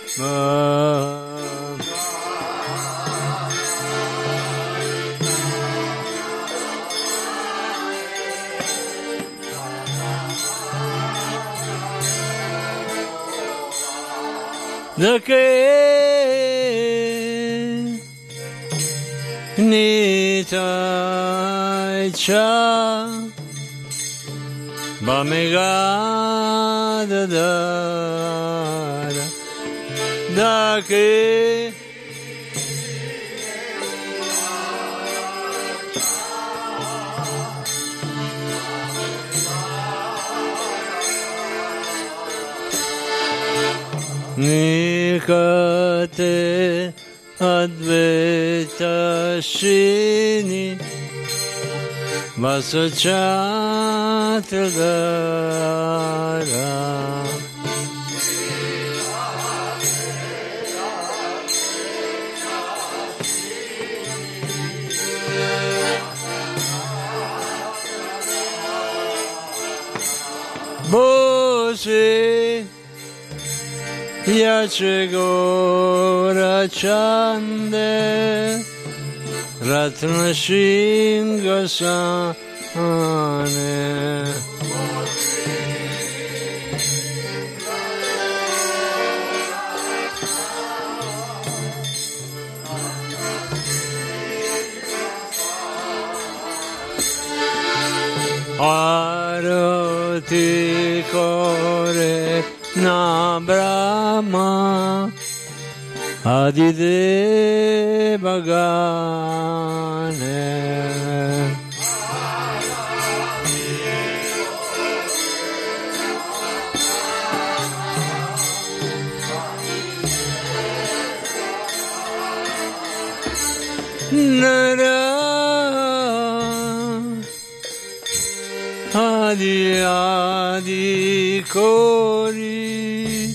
Speaker 4: Dake Nitai cha Bamegada dara Dake Nikate Advaita Shini Vasachatradara Bose Yace Gora Chande Ratna Shingasane Arati Kore Na Brahma Adideva Gane Nara Adi Adi Kori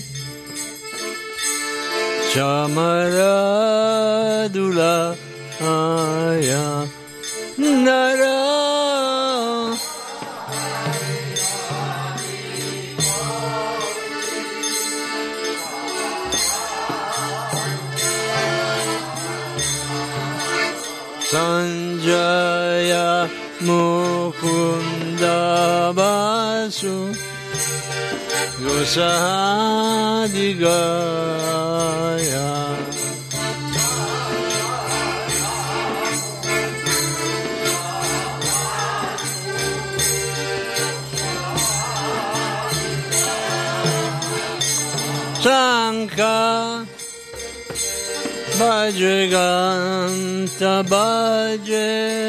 Speaker 4: Chamaradula Aya Nara Sanjaya Mukunda Basu Gosadigaya Sankha Bhaje Ganta Bhaje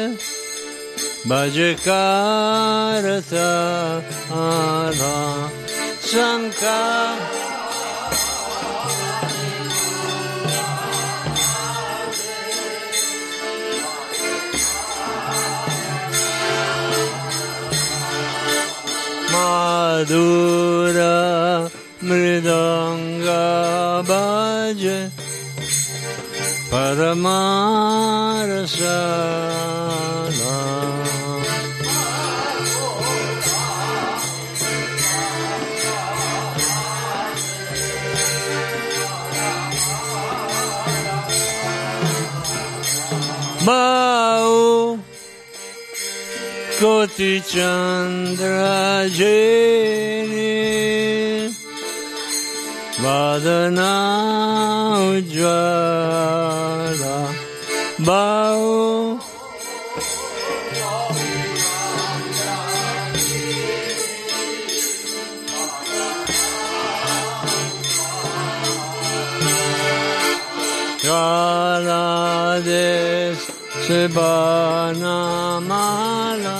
Speaker 4: Bhaje Karata Ara Sankha Madhura Mridanga Bhaje Paramarasana Bhau Koti Chandra Jeni Vadana Ujjvala Bhau Kalades Sebana Mala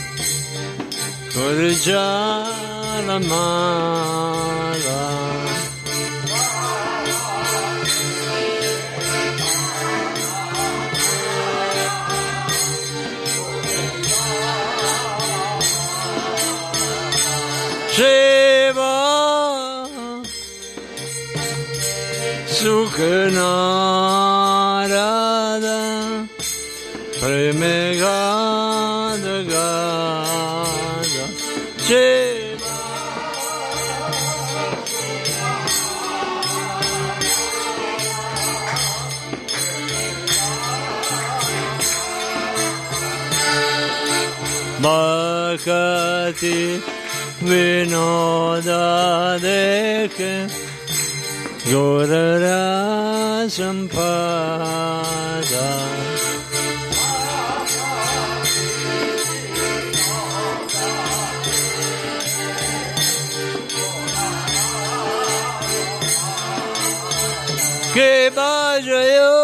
Speaker 4: Kurjala Mala Shiva Sukhanarada Premigada Gada Shiva Bhakati Vinoda Dekhe Gaurara Sampada Ke Bhajayo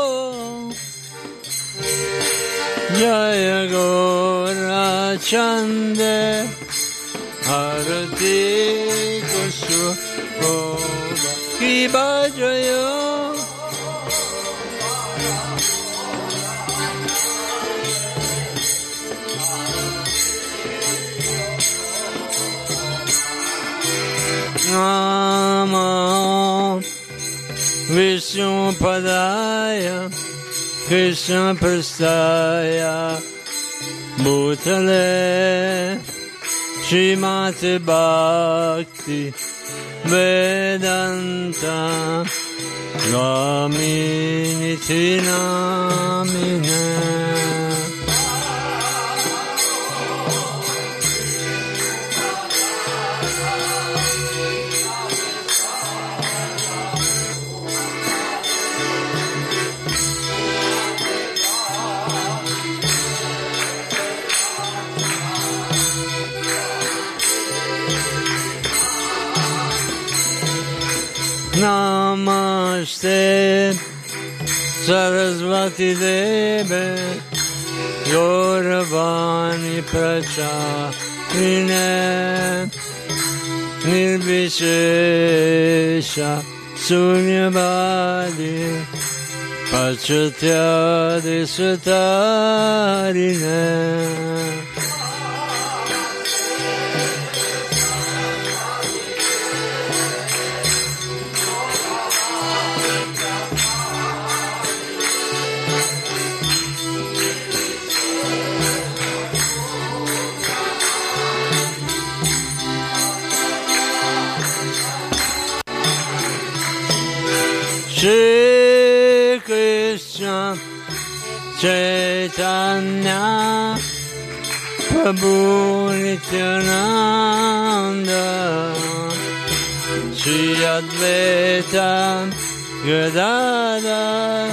Speaker 4: Jaya Gaura Chande Harati Kusubhova Ki Bhajayo Namo Vishnu Padaya Krishna Prastaya Bhutale Srimati Bhakti Vedanta Swamini Namine Namaste Saraswati Deve Gauravani Pracharine Nirvishesha Sunyavadi Pachatyadi Sutarine Shri Krishna Chaitanya Prabhu Nityananda Shri Advaita Gadadhar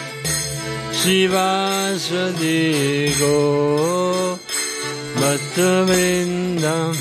Speaker 4: Shivasadi Go Bhatta Vrindam.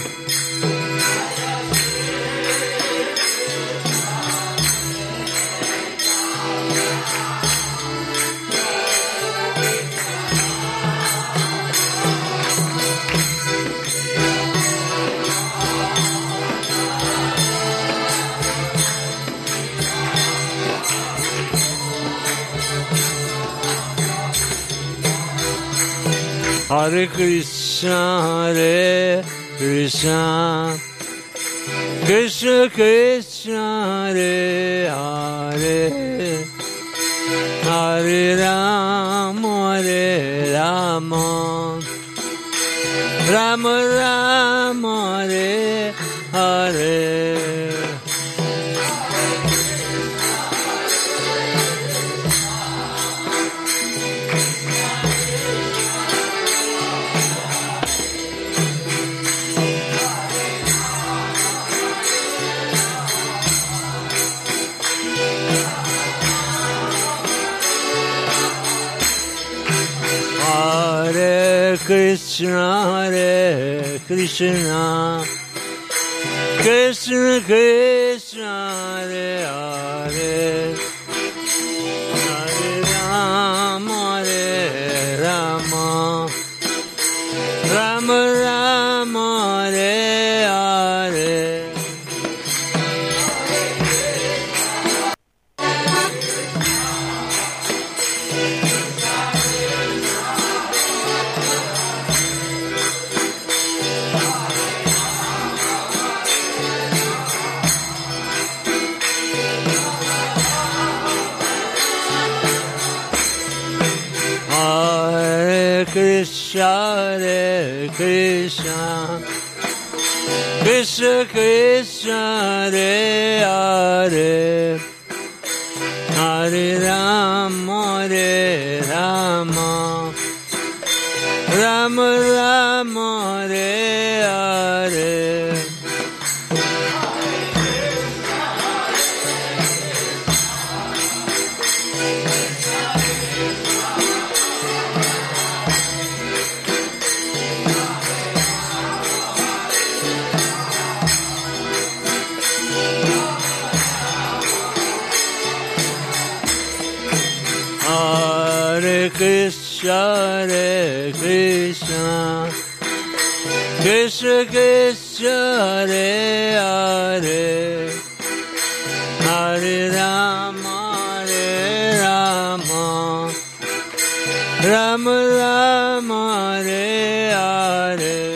Speaker 4: Hare Krishna, Hare Krishna, Krishna Krishna, Hare Hare, Hare Rama, Hare Rama, Rama Rama, Hare Hare. Hare Krishna, Hare Krishna, Krishna Krishna, Hare Hare, Hare Rama, Hare Rama, Rama Rama, Hare Hare. Krishna, Hare Krishna, Krishna Krishna, Hare Hare, Hare Rama, Hare Rama, Rama Rama, Hare Hare. Hare Krishna, Hare Krishna, Krishna Krishna, Hare Hare, Hare Rama, Hare Rama, Rama Rama, Hare Hare.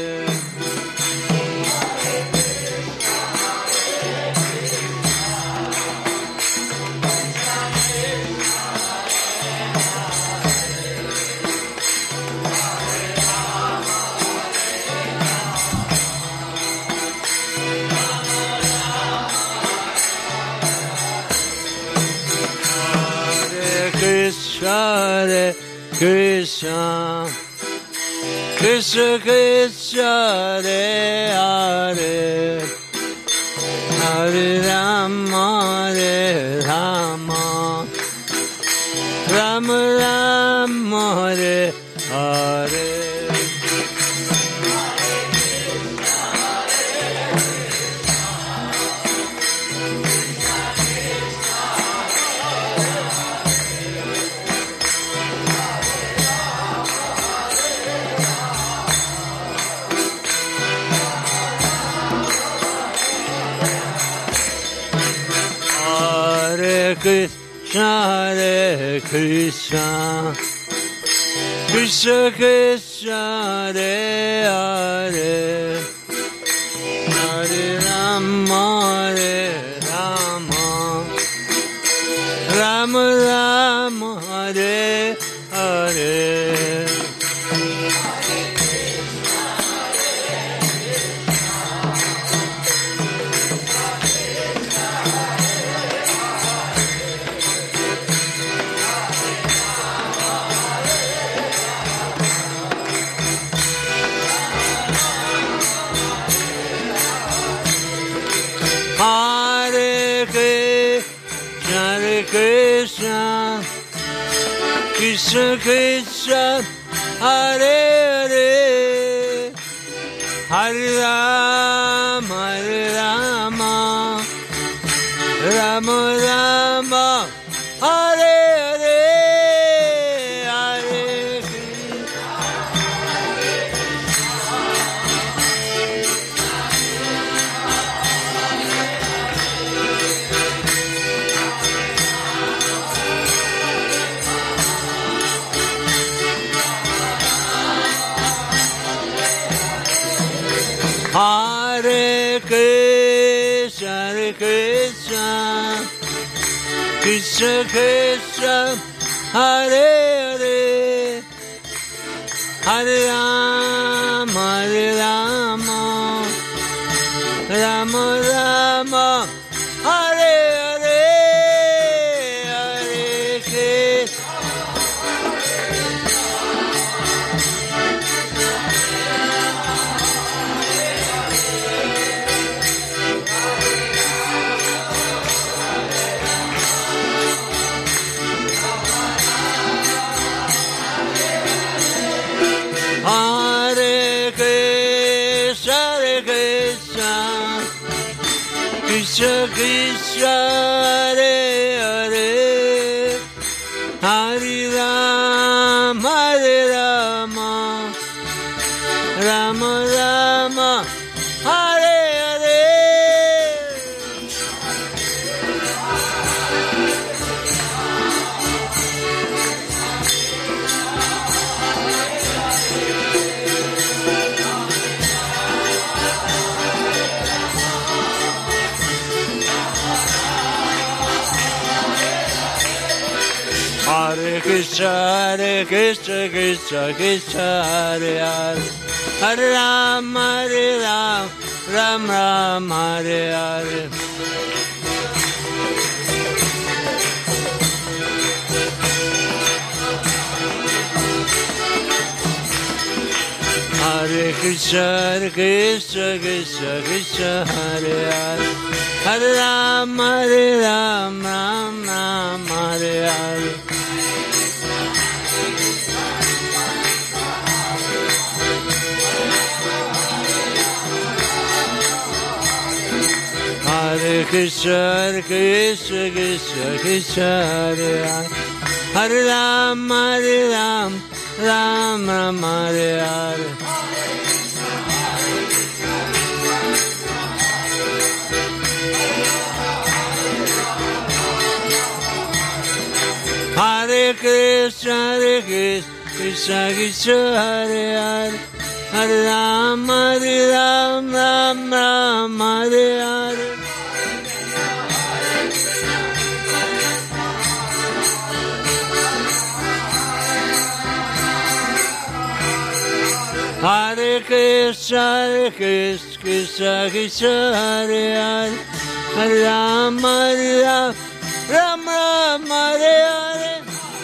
Speaker 4: Hare Krishna, Krishna Krishna, Hare Hare, Hare Rama, Hare Rama, Rama Rama, Hare Hare. Krishna, Hare Krishna, Krishna Krishna, Hare Hare, Hare Rama, Hare Rama, Rama Rama, Hare Hare. Hare Hare Krishna, Krishna Krishna, Hare Hare, Hare Rama, Hare Rama, Rama Rama, Hare Hare, Hare Hare Krishna, Hare Krishna, Krishna Krishna, Hare Hare, Hare Rama, Hare Rama, Rama Rama, Hare Hare, Hare Krishna. Hare Krishna, Hare Krishna, Krishna Krishna, Hare Hare, Hare Rama, Hare Rama, Rama Rama, Hare Hare. Hare Krishna, Hare Krishna, Krishna Krishna, Hare Hare, Hare Rama, Hare Rama, Ram Ram, Hare Hare. Hare Krishna, Hare Krishna, Krishna Krishna, Hare Hare, Hare Rama, Hare Rama, Ram Ram, Hare Hare. Hare Krishna, Hare Krishna, Krishna Krishna, Hare Hare, Hare Rama, Hare Rama, Ram Ram, Hare Hare. Hare Krishna, Hare Krishna, Krishna Krishna, Hare Hare, Hare Rama, Hare Rama, Ram Ram, Hare Hare. Hare Krishna, Hare Krishna, Krishna Krishna, Hare Hare, Hare Rama, Hare Rama, Ram Ram, Hare Hare.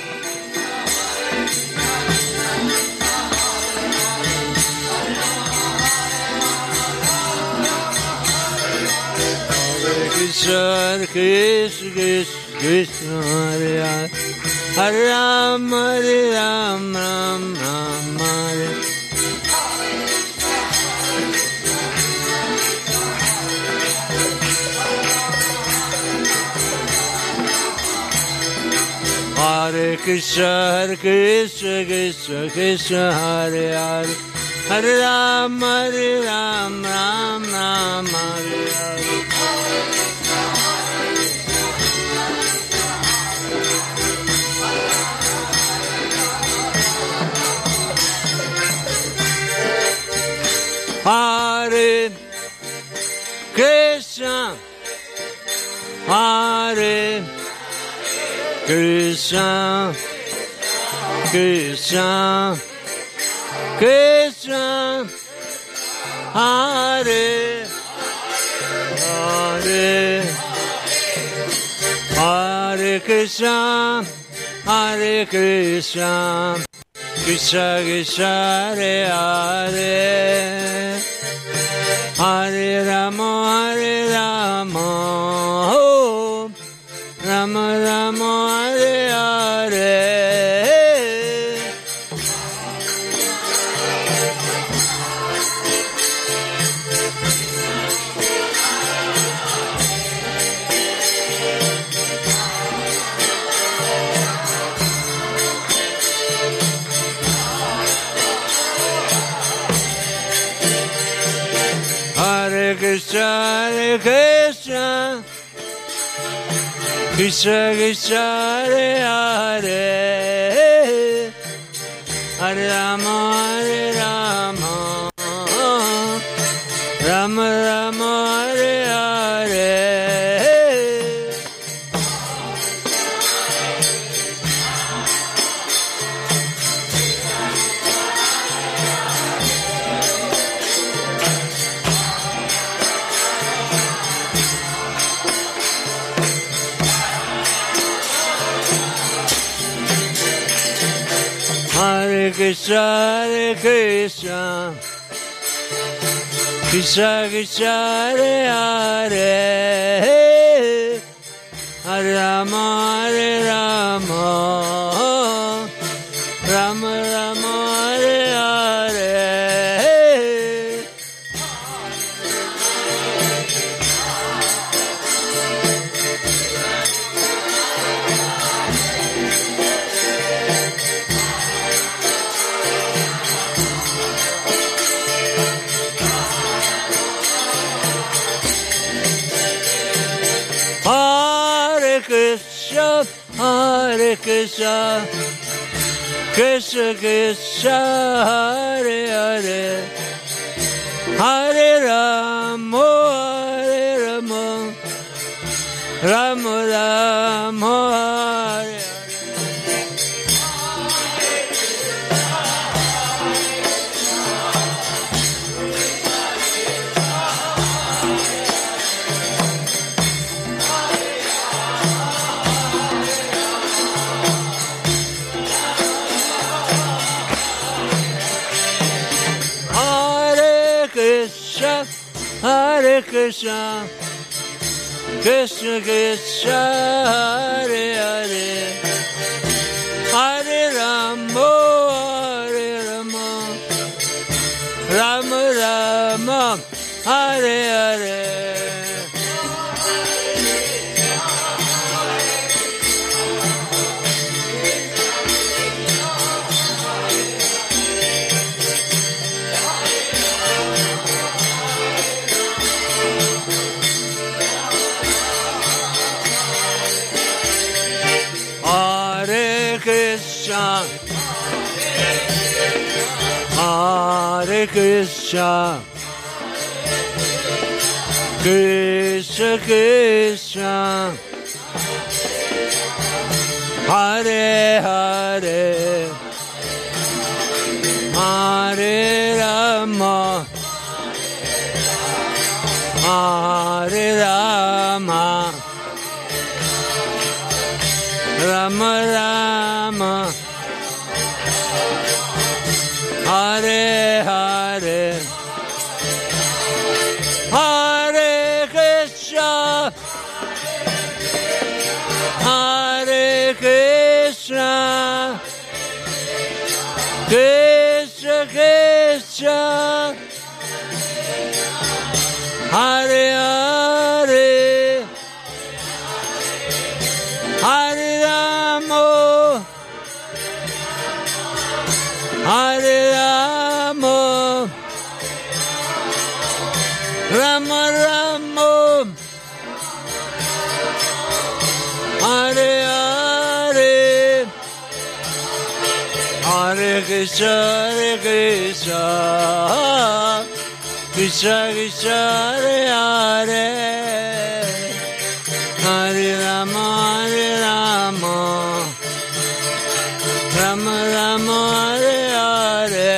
Speaker 4: Krishna, Hare Krishna, Krishna Krishna, Hare Hare, Hare Rama, Hare Rama, Ram Ram, Hare. Hare Krishna, Hare Krishna, Krishna Krishna, Hare Hare, Hare Rama, Hare Rama, Ram Ram, Hare Hare. Hare Krishna, Hare Krishna, Krishna Krishna, Hare Hare, Hare Krishna, Hare Krishna, Krishna Krishna, Hare Hare, Hare Rama, Hare Rama, oh, Rama Rama. Rama Hare Hare Hare Krishna, Hare Krishna, Krishna Krishna, Hare Hare, Hare Rama, Hare Rama, Rama Rama, Hare Hare. Hare Krishna, Hare Krishna, Krishna Krishna, Hare Hare, Hare Rama, Hare Rama, Rama Rama, Hare Hare. Hare Krishna, Hare Krishna, Krishna Krishna, Hare Hare, Hare Rama, Hare Rama, Rama Rama, Hare Hare. Hare Krishna, Krishna Krishna, Hare Hare, Hare Rama, Hare Rama, Rama Rama, Hare Hare. Hare Krishna, Hare Krishna, Krishna Krishna, Hare Hare, Hare Rama, Hare Rama, Rama Rama, Hare Hare, Hare Krishna, Hare Krishna, Krishna Krishna, Hare Hare, Hare Rama, Hare Rama, Rama Rama, Hare Hare, Hare Krishna, Hare Krishna, Krishna Krishna, Hare Hare, Hare Rama, Hare Rama, Rama Rama, Hare Hare.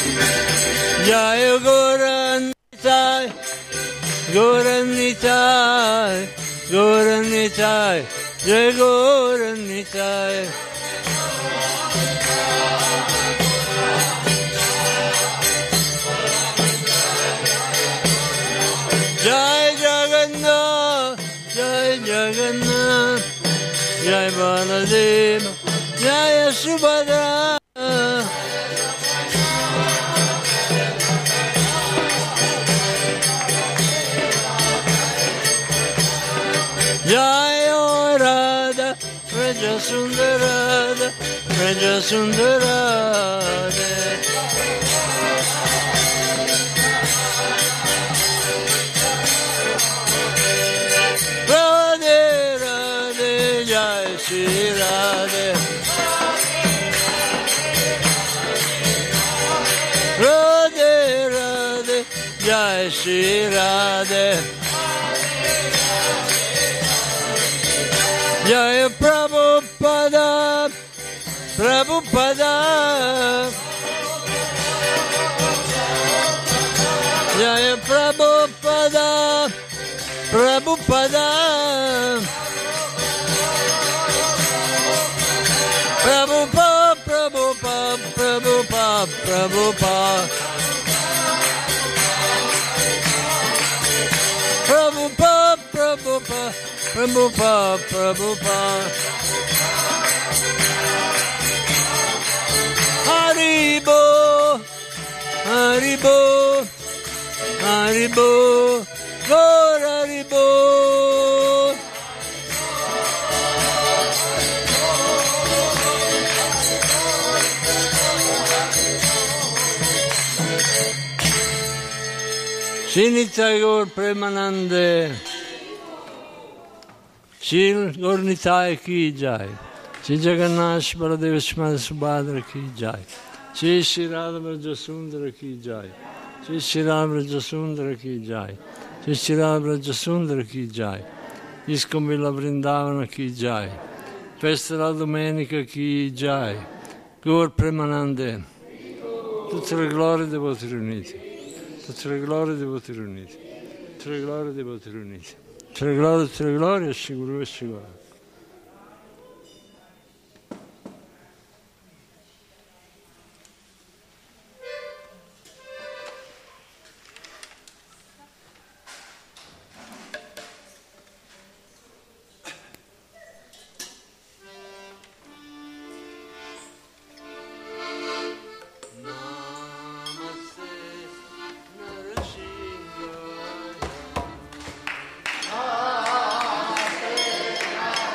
Speaker 4: Jai Gaura Nitai, Gaura Nitai. Nitai, Gaura Nitai, Jai Gaura Nitai. Jai Jagannath, Jai Jagannath, Jai Baladeva, Jai Subhadra. Jai Radha, Raja Sundarada, Raja Sundarada. Radhe Radhe Jai Shri Radhe. Radhe Radhe Jai Shri Radhe. Jai Prabhupada, Prabhupada, Jai Prabhupada, Prabhupada, Prabhupada, Prabhupada, Prabhupada, Prabhupada, Prabhupada, Prabhupada. Prabhupada, Prabhupada. Haribo, Haribo, Haribo, Lord Haribo. Srinivas Gaur Premanande. Shri Gaur Nitai ki jai. Shri Jagannath Baladeva Subhadra ki jai. Shri Shri Radha Vraja Sundara ki jai. Shri Shri Radha Vraja Sundara ki jai. Shri Shri Radha Vraja Sundara ki jai. ISKCON Villa Vrindavana ki jai. Festa la Domenica ki jai. Gaur Premanande. Tutte le glorie dei voti riuniti. Tutte le glorie dei voti riuniti. Tutte le glorie dei voti riuniti. Tutte le glorie, tutte le glorie, sicuro e sicuro.
Speaker 5: Ah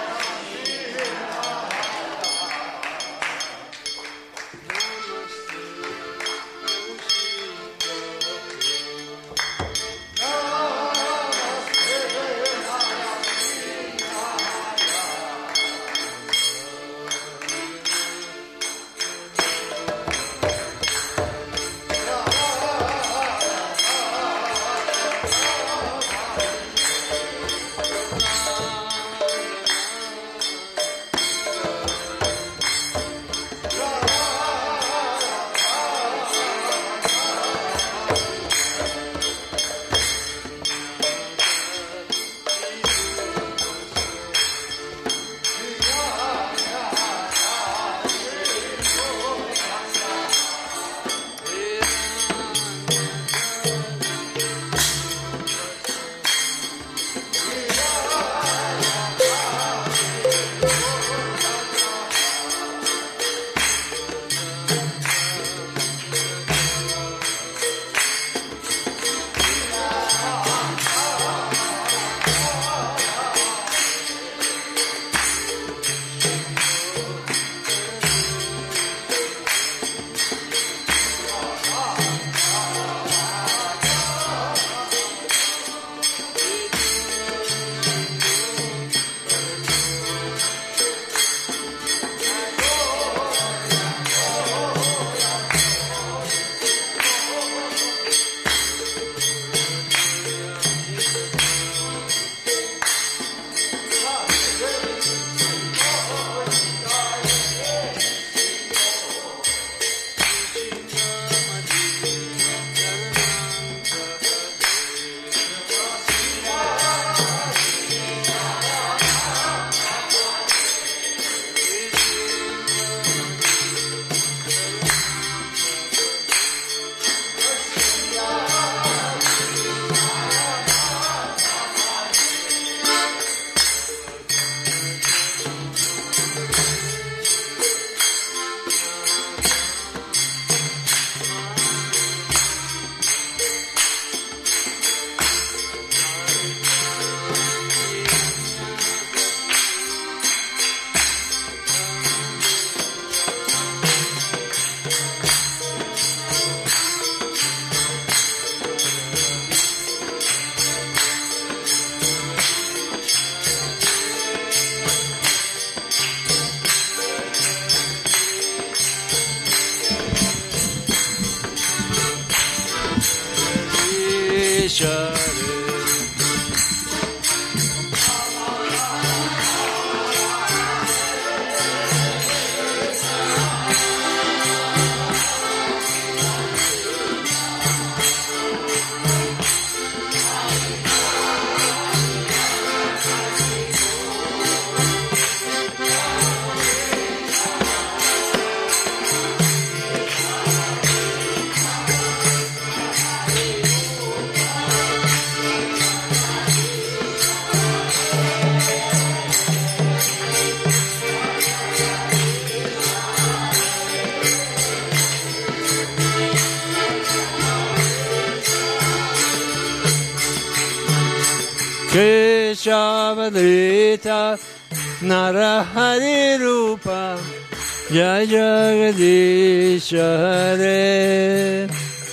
Speaker 4: Keshavadrita Narahari Rupa Jai Jagadish Hare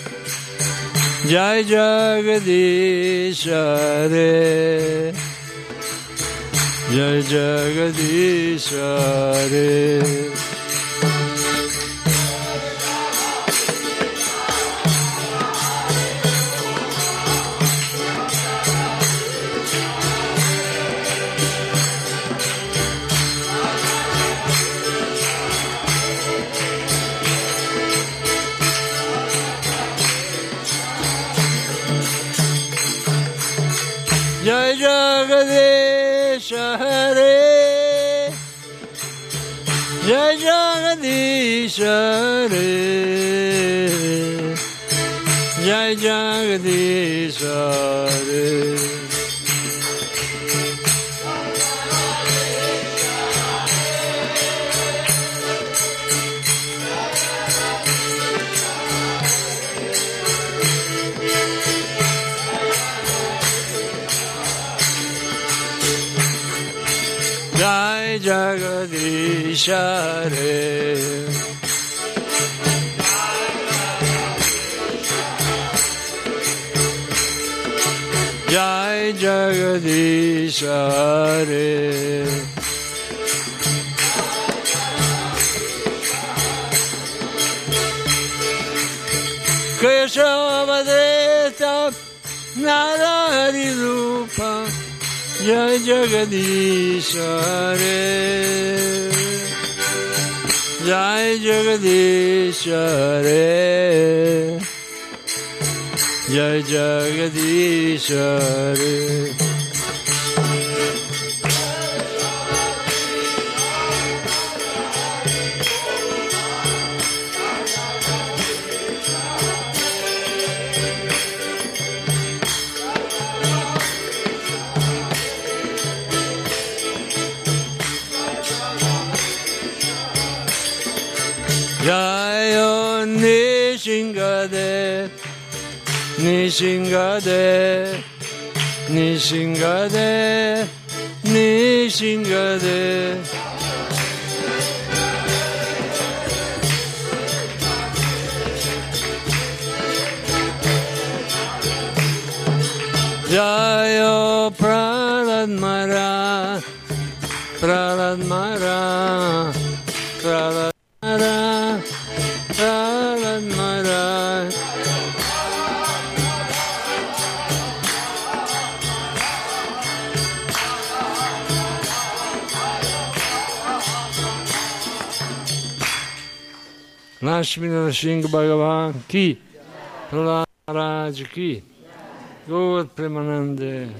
Speaker 4: Jai Jagadish Hare Jai Jagadish Hare Jai Jagadish Hare Jai Jagadish Hare Jai Jagadish Hare Jai Jagadish Hare Jai Jagadish Hare Keshavadrita Narahari Rupa Jai Jagadish Hare Jai Jagadish Hare Jai Jagadish Hare Jayo Nishingade Nishingade Nishingade Nishingade Jayo Prahlad Maharaj Prahlad Maharaj Prahlad Maharaj Prahlad Maharaj Lakshmi Narasimha Bhagavan ki Prahlad Maharaj ki Gaur Premanande.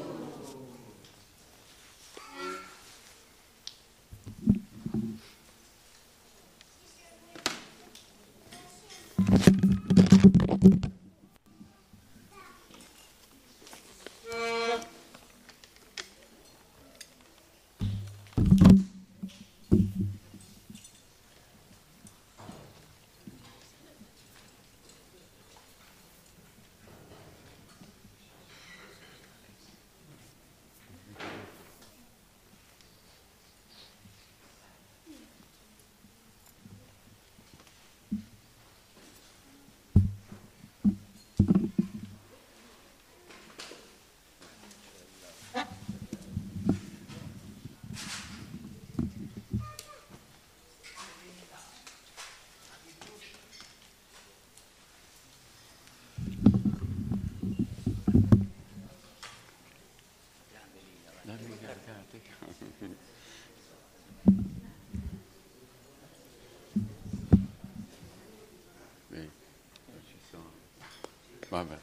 Speaker 5: Vabbè,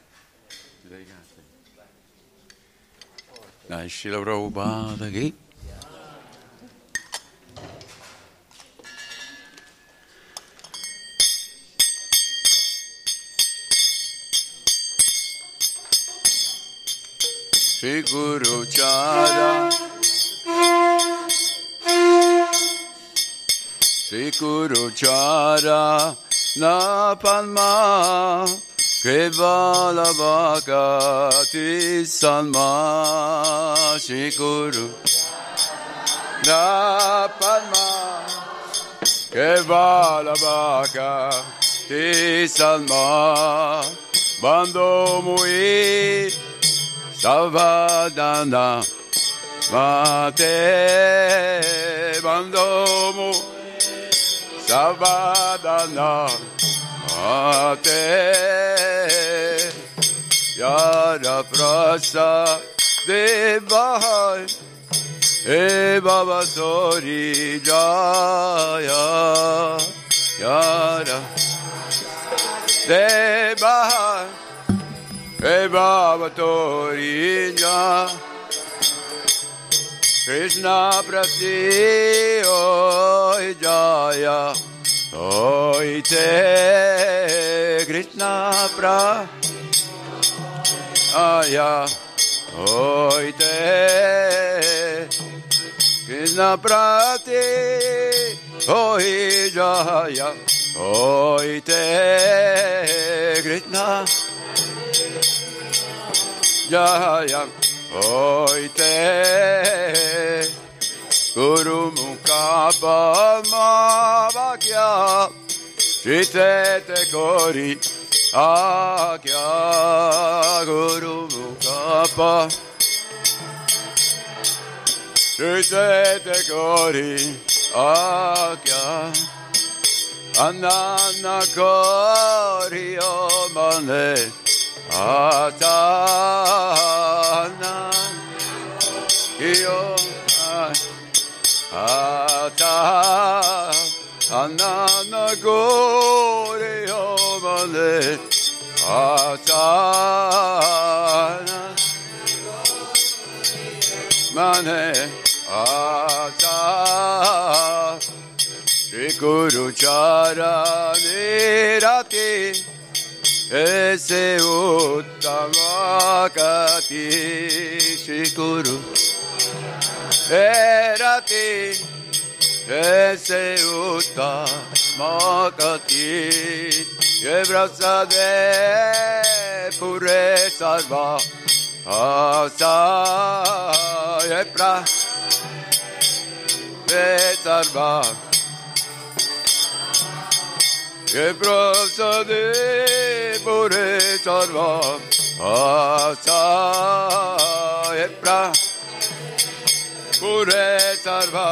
Speaker 5: dai, Srila Prabhupada che Shri Guru Chara Shri Guru Chara Na Palma Kevala Bhakati Salma Shri Guru Na Palma Kevala Bhakati Salma Bando Mui Savadana Mate Bando Mui Savadana Mate Yara Prasa Devahai E Baba Sori Jaya Yara Devahai E Baba Sori Jaya Krishna Prati Oi Jaya Oi Te Krishna Pra Aya Oi Te Krishna Prati Oi Jaya Oi Te Krishna Jaya Oi Te Guru Mukha Palma Vakya Chite Te Kori Akya Guru Mukha Palma Chite Te Kori Akya Anana Kori Omane Atana Iyo Ata Anana Kori Omane Atana Mane Ata Shri Guru Chara Nirati Ese Uttama Kati Shri Guru Erati Ese Uttama Kati Ye Prasade Pure Sarva Asa Ye Prasade Sarva Ye Prasade Pure Sarva Asa Ye Prasade Pure Sarva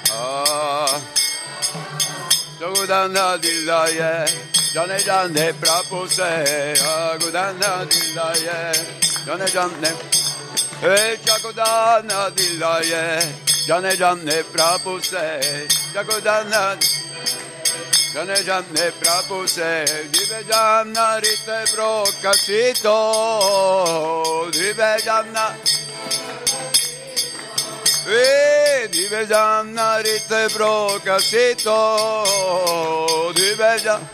Speaker 5: Jagudana Dillaye Jane Jane Prabhuse Jagudana Dillaye Jane Jane Hey Jagudana Dillaye Jane Jane Prabhuse Jagudana Jane Jane Prabhuse Dive Jana Rite Prokashito Dive Jana E Dive Jana Rite Prokashito Dive Jana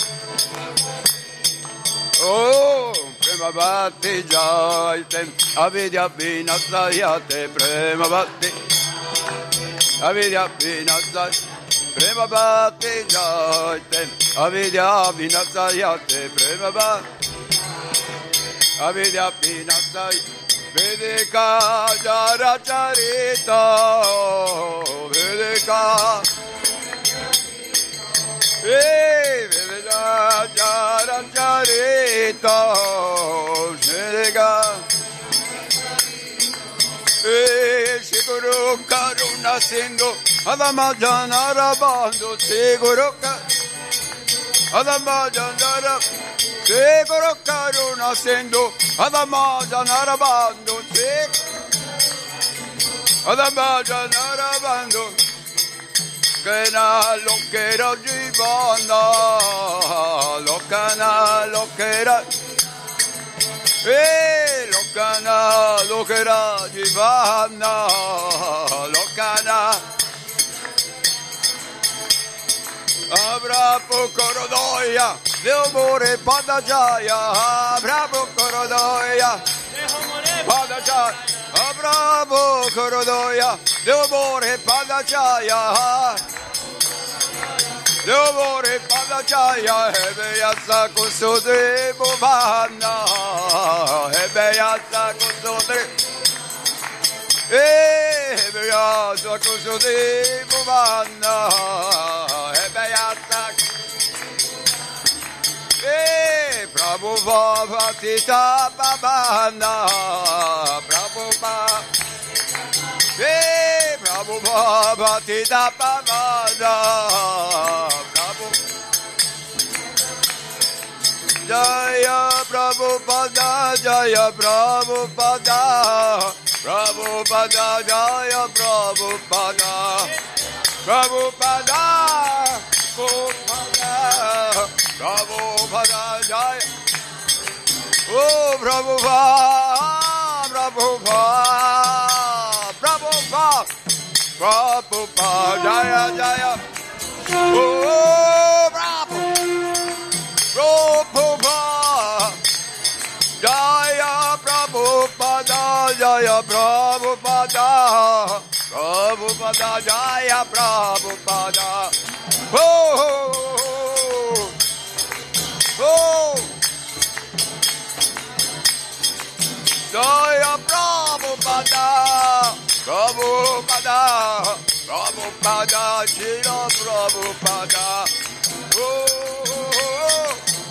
Speaker 5: Oh Prema Bhakti Jayate Avidya Vinasayate Prema Bhakti Avidya Vinasayate Prema Bhakti Jayate Avidya Vinasayate Prema Bhakti Avidya Vinasayate Vedika Jara Charita Vedika Vedika Jara Charita Vedika Shiguru Karuna Sindhu Adama Janara Bandhu Shiguru Adama Janara Shiguru Karuna Sindhu Adama Janara Bandhu Adama Janara Bandhu Kena Lokera Jivana Lokana Lokera Eh Lokana Lokera Jivana Lokana Bravo Korodoya Deomore Padajaya Bravo Korodoya Padajaya Prabhu Kurudoya Devore Padachaya Devore Padachaya Hebeyasa Kusudri Bhuvana Hebeyasa Kusudri Hebeyasa Kusudri Bhuvana Hebeyasa Hey, Prabhupada Tita Babana, Prabhupada. Hey, Prabhupada Tita Babana, Prabhupada. Jaya Prabhupada, Jaya Prabhupada, Prabhupada, Jaya Prabhupada, Prabhupada, Prabhupada. Prabhupada Jaya, oh Prabhupada, Prabhupada, Prabhupada, Prabhupada Jaya Jaya, oh Prabhupada, Jaya Prabhupada, Jaya Prabhupada, Prabhupada Jaya Prabhupada, oh. Oh, Jaya Prabhupada, Prabhupada, Prabhupada, Shila Prabhupada. Oh,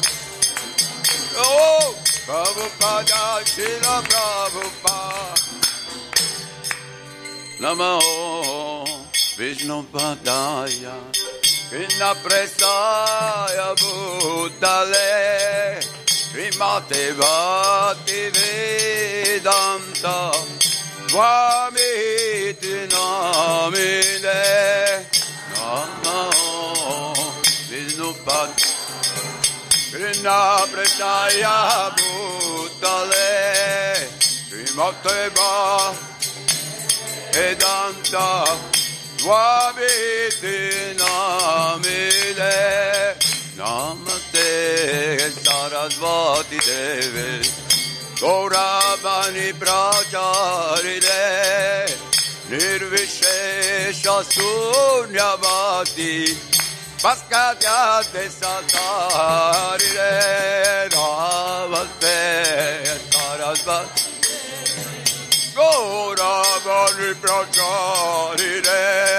Speaker 5: oh, Prabhupada, Shila Prabhupada. Namo Vishnupadaya. Krishna Prestaya Bhutale Srimate Bhakti Vedanta Swamiti Namine Namo Vishnupadaya Krishna Prestaya Bhutale Srimate Bhakti Vedanta Swamiti Namine Namaste Sarasvati Deve Gauravani Pracharine Nirvishesha Sunyavati Paskatyate Satarine Namaste Sarasvati Gauravani Pracharine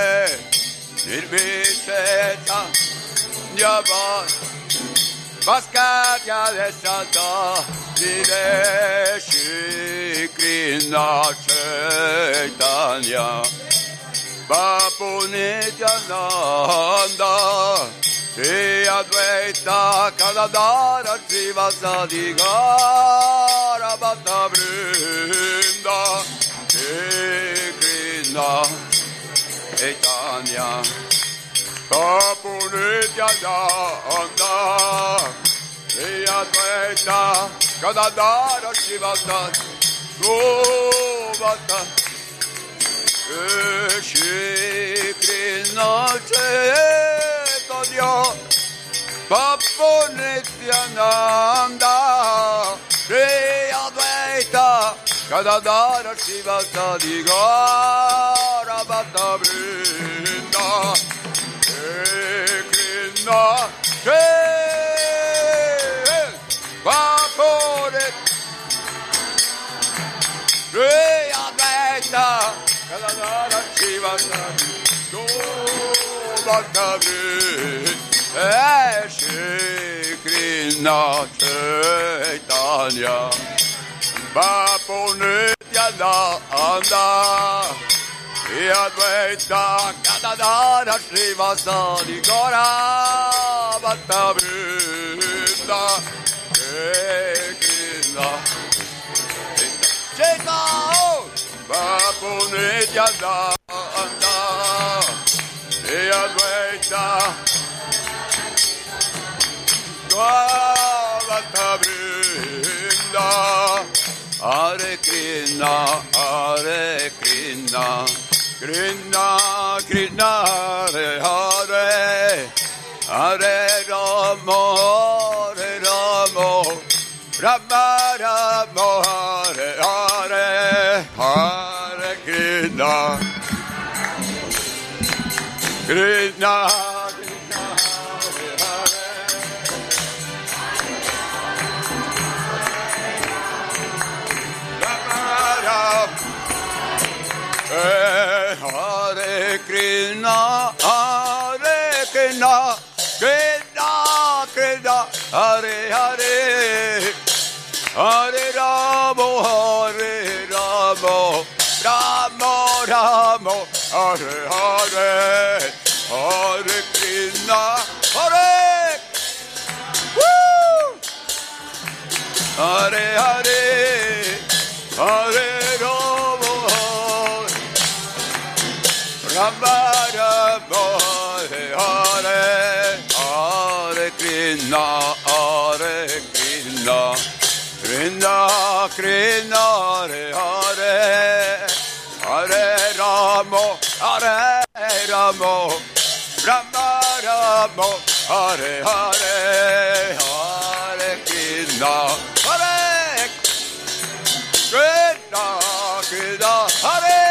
Speaker 5: Nirvishesha Sunyavati Paskatya Desata Dide Shri Krishna Chaitanya Bapu Nityananda Shri Advaita Kadadara Srivasadi Gara Bhatta Vrinda Shri Krishna Chaitanya Bapu Nityananda Shri Advaita Kadadara Srivasadi Govata Shri Krishna Chaitanya Bapu Nityananda Shri Advaita Kadadara Srivasadi Gara Bhatta Vrinda Shri Krishna Chaitanya Bapu Nityananda Shri Advaita Kadadara Srivasadi Gara Shri Krishna Chaitanya Bapu Nityananda Shri Advaita Kadadara Srivasadi Gara Bhatta Vrinda Shri Krishna Chaitanya Bapu Nityananda Shri Advaita Bhatta Vrinda Hare Krishna Hare Krishna Krishna Krishna Hare Hare Hare Rama Hare Rama Rama Rama Hare Hare Hare Krishna, Hare Krishna, Hare Krishna, Krishna Krishna, Hare Hare, Hare Rama, Hare Rama, Rama Rama, Hare Hare, Hare Krishna, Hare, Woo! Hare Hare, Hare Rama, Rama Rama, Hare Hare, Hare Krishna, Hare Krishna, Krishna Krishna, Hare Hare, Hare Rama, Hare Rama, Rama Rama, Hare Hare, Hare Krishna, Hare Krishna, Krishna, Hare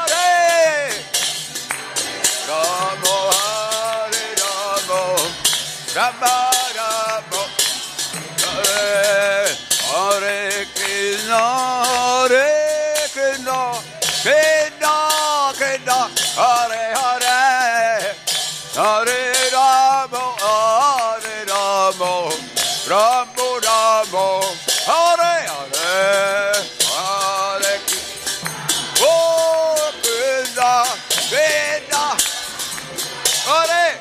Speaker 5: Rama, Hare Rama, Rama Rama, Hare Hare Krishna, Hare Krishna, Krishna Krishna, Hare Hare, Hare Rama, Hare Rama, Rama Rama, Hare Hare, Hare Krishna, Oh Krishna, Krishna, Hare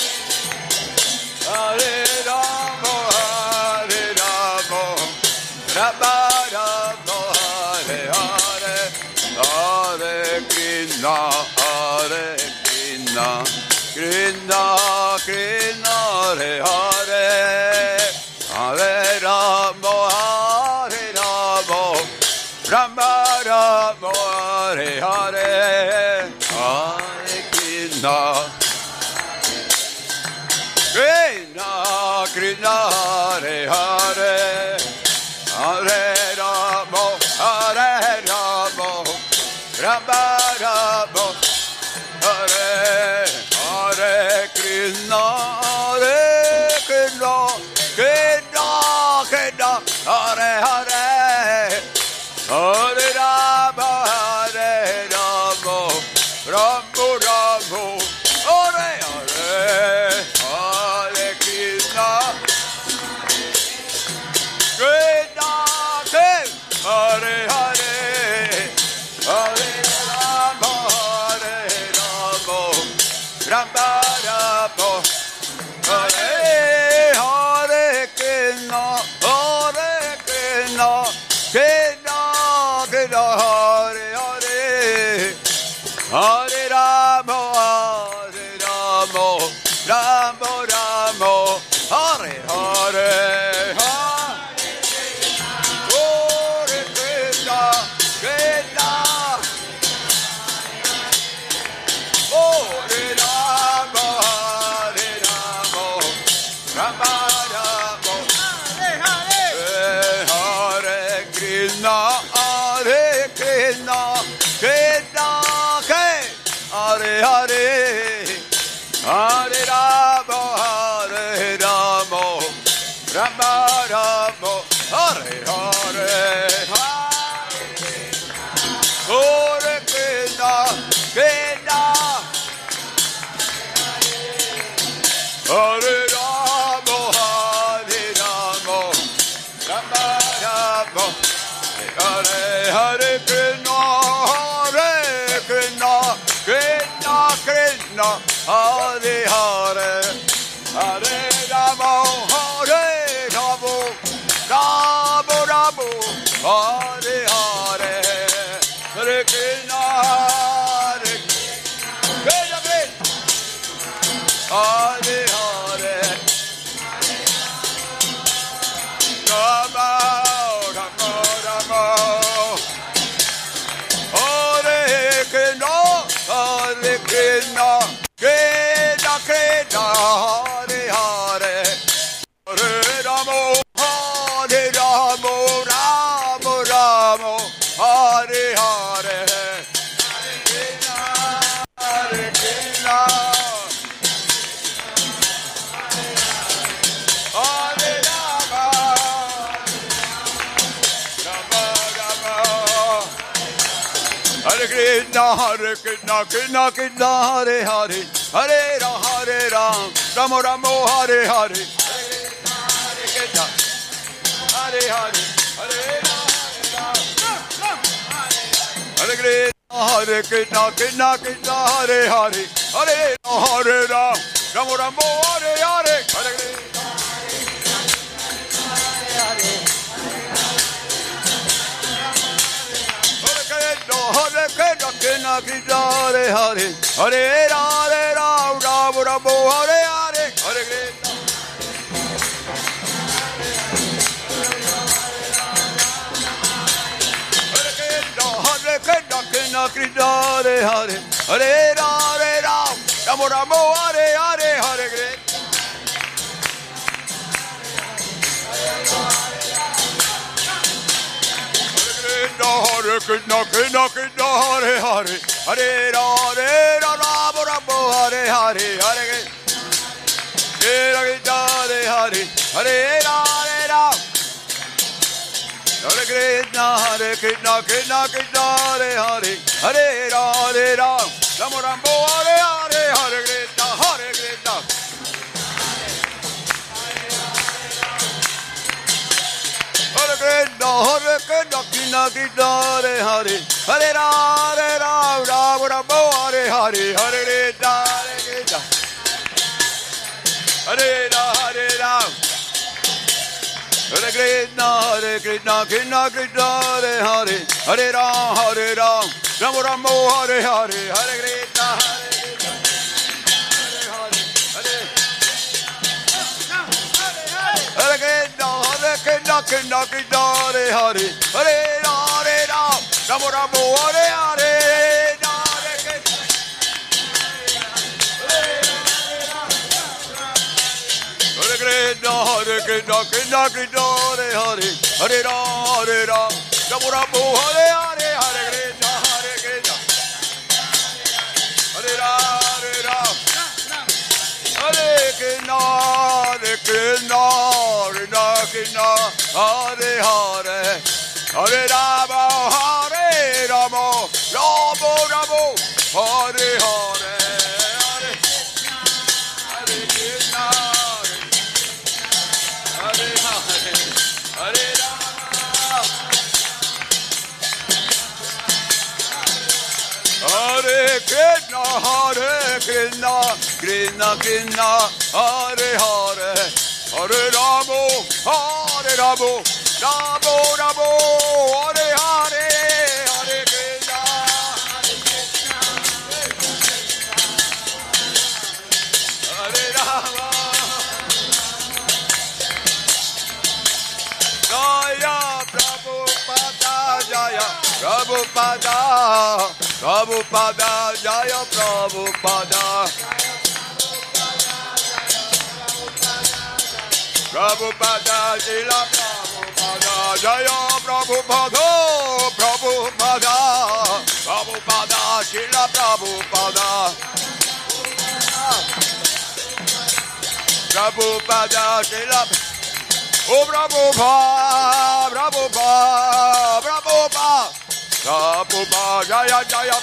Speaker 5: Hare Rama, Hare Rama, Rama Rama, Hare Hare, Hare Krishna, Hare Krishna, Krishna Krishna, Hare Hare, Hare Rama, Hare Rama, Rama Rama, Hare Hare, Hare Krishna, Krishna Krishna, Hare Hare, Hare Rama, Hare Rama, Rama Rama, Hare Hare Krishna, Hare Krishna, Krishna Krishna, Hare Hare, Hare Rama, Hare Rama, Rama Rama, Hare Hare, Hare Krishna, Krishna Krishna, Hare Hare, Hare Rama, Hare Rama, Rama Rama, Hare Hare Krishna, Hare Krishna, Krishna Krishna, Hare Hare, Hare Rama, Hare Rama, Rama Rama, Hare Hare, Hare Krishna, Krishna, Hare Rama, Hare Rama, Rama Rama, Hare Hare Krishna, Hare Krishna, Krishna Hare Hare, Hare Rama, Hare Rama, Rama Rama, Hare Hare, Hare Krishna, Krishna, Hare Rama, Hare Rama, Rama Rama, Hare Hare Krishna, Hare Krishna, Krishna Krishna, Hare Hare, Hare Rama, Hare Rama, Rama Rama, Hare Hare, Hare Krishna, Hare Krishna, Hare Hare, Rama Rama Rama, Hare Krishna, Hare Krishna, Krishna Krishna, Hare Krishna, Krishna Krishna, Hare Hare, Hare Ram, Hare Ram, Rama Rama, Hare Hare, Hare Krishna, Hare Hare, Hare Ram, Hare Krishna, Hare Krishna, Krishna Krishna, Hare Hare, Hare Ram, Hare Ram, Rama Rama, Hare Hare, Hare Krishna. Hare Krishna, Krishna Krishna, Hare Hare, Hare Hare Ram, Ram Ram, Hare Hare, Hare Krishna. Hare Krishna, Hare Krishna, Krishna Krishna, Hare Hare, Hare Hare Ram, Ram Ram, Hare Hare, Hare Krishna. Hare Krishna, Krishna Krishna, Hare Hare, Hare Hare, Ram Ram, Hare Hare, Hare Krishna, Hare Hare, Hare Hare Ram. Hare Krishna, Hare Krishna, Krishna Krishna, Hare Hare, Hare Hare Ram, Ram Ram, Hare Hare, Hare Krishna, Hare Krishna. Hare Krishna, Hare Krishna, Krishna Krishna, Hare Hare, Hare Hare Ram, Ram Ram, Hare Hare, Hare Krishna, Hare Krishna, Hare Hare Ram. Hare Krishna, Hare Krishna, Krishna Krishna, Hare Hare, Hare Ram, Hare Ram, Ram Ram, Hare Hare, Hare Krishna, Hare Krishna, Hare Krishna, Hare Krishna, Krishna Krishna, Hare Hare, Hare Hare Ram, Ram Ram, Hare Hare, Hare Krishna, Hare Krishna, Hare Krishna, Krishna Krishna, Hare Hare, Hare Ram, Hare Ram, Ram Ram, Hare Hare, Hare Krishna, Hare Krishna, Hare Ram, Hare Ram. Hare Krishna, Hare Krishna, Krishna Krishna, Hare Hare, Hare Rama, Hare Rama, Rama Rama, Hare Hare, Hare Krishna, Hare Hare, Hare Rama, Hare Krishna, Hare Krishna, Krishna Krishna, Hare Hare, Hare Rama, Hare Rama, Rama Rama, Hare Hare, Hare Krishna, Hare Rama. Jaya Prabhupada, Jaya Prabhupada, Prabhupada, Jaya Prabhupada. Prabhupada, Jila Prabhupada, Jaya Prabhupada, Prabhupada, Prabhupada, Jila Prabhupada, Prabhupada, Jila Oh Prabhupada, Prabhupada, Prabhupada, Prabhupada, Jaya Jaya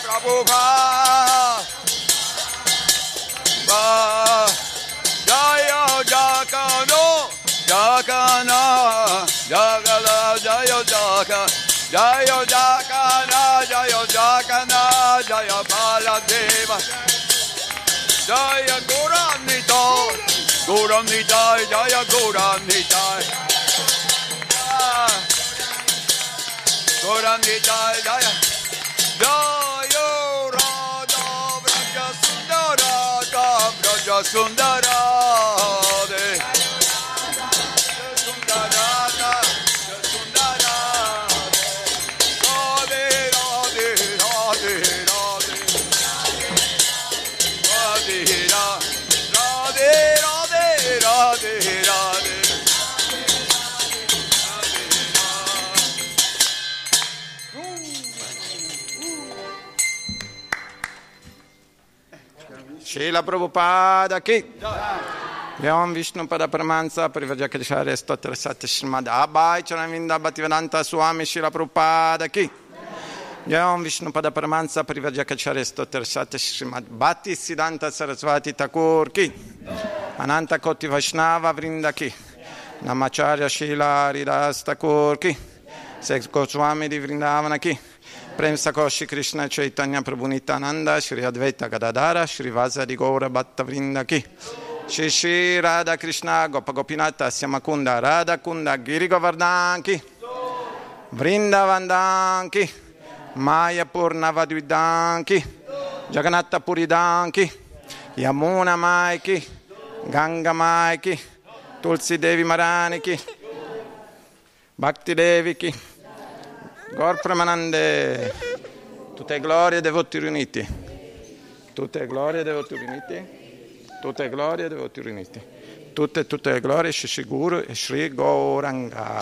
Speaker 5: Prabhupada, Jaya Jakano, Jakana, Jagala, Jaya Jaka, Jaya Jakana, Jaya Jakana, Jaya Baladeva, Jaya Goranita, Goranita, Jaya Goranita, Goranita, Jaya, Jaya Radha, Vraja Sundara, Vraja Sundara, Sundara, Sundara, Radhe, Radhe, Radhe, Radhe, Radhe, Radhe, Radhe, Radhe, Radhe. Srila Prabhupada ki Vyam Vishnu Pada Paramansa Parivajakadishare Stotra Satya Srimad Abhay Charavinda Bhaktivedanta Swami Srila Prabhupada ki
Speaker 6: Jai Vishnu Pada Paramahansa Parivrajacharya Stotra Sat Srimad Bhakti Siddhanta Saraswati Thakur ki Ananta Koti Vaishnava Vrinda ki Namacharya Shila Haridas Thakur ki Sex Goswami di Vrindavana ki Prem Sakoshi Krishna Chaitanya Prabhu Nityananda Shri Advaita Gadadhara Shri Vasa di Gaura Bhatta Vrinda ki Shri Shri Radha Krishna Gopa Gopinata Syamakunda Radha Kunda Giri Govardhan ki Vrindavan ki Maya Purnavadvidan ki Jagannatha Puridan ki Yamuna Mai ki Ganga Mai ki Tulsi Devi Marani ki Bhakti Devi ki Gaur Pramanande. Tutte glorie dei devoti riuniti. Tutte glorie dei devoti riuniti. Tutte glorie dei devoti riuniti. Tutte, tutte le glorie Shri Guru e Shri Gauranga.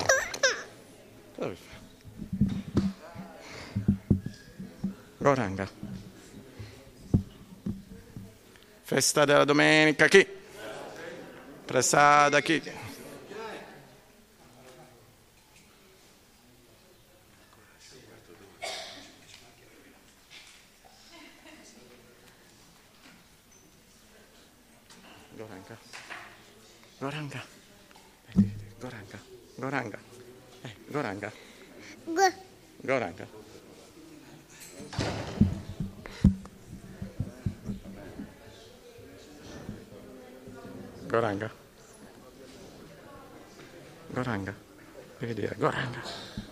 Speaker 6: Gauranga. Festa della domenica chi? Prasada chi? Gauranga. Gauranga. Gauranga. Gauranga. Eh, Gauranga. Gauranga. Gauranga. Gauranga. Devi dire Gauranga.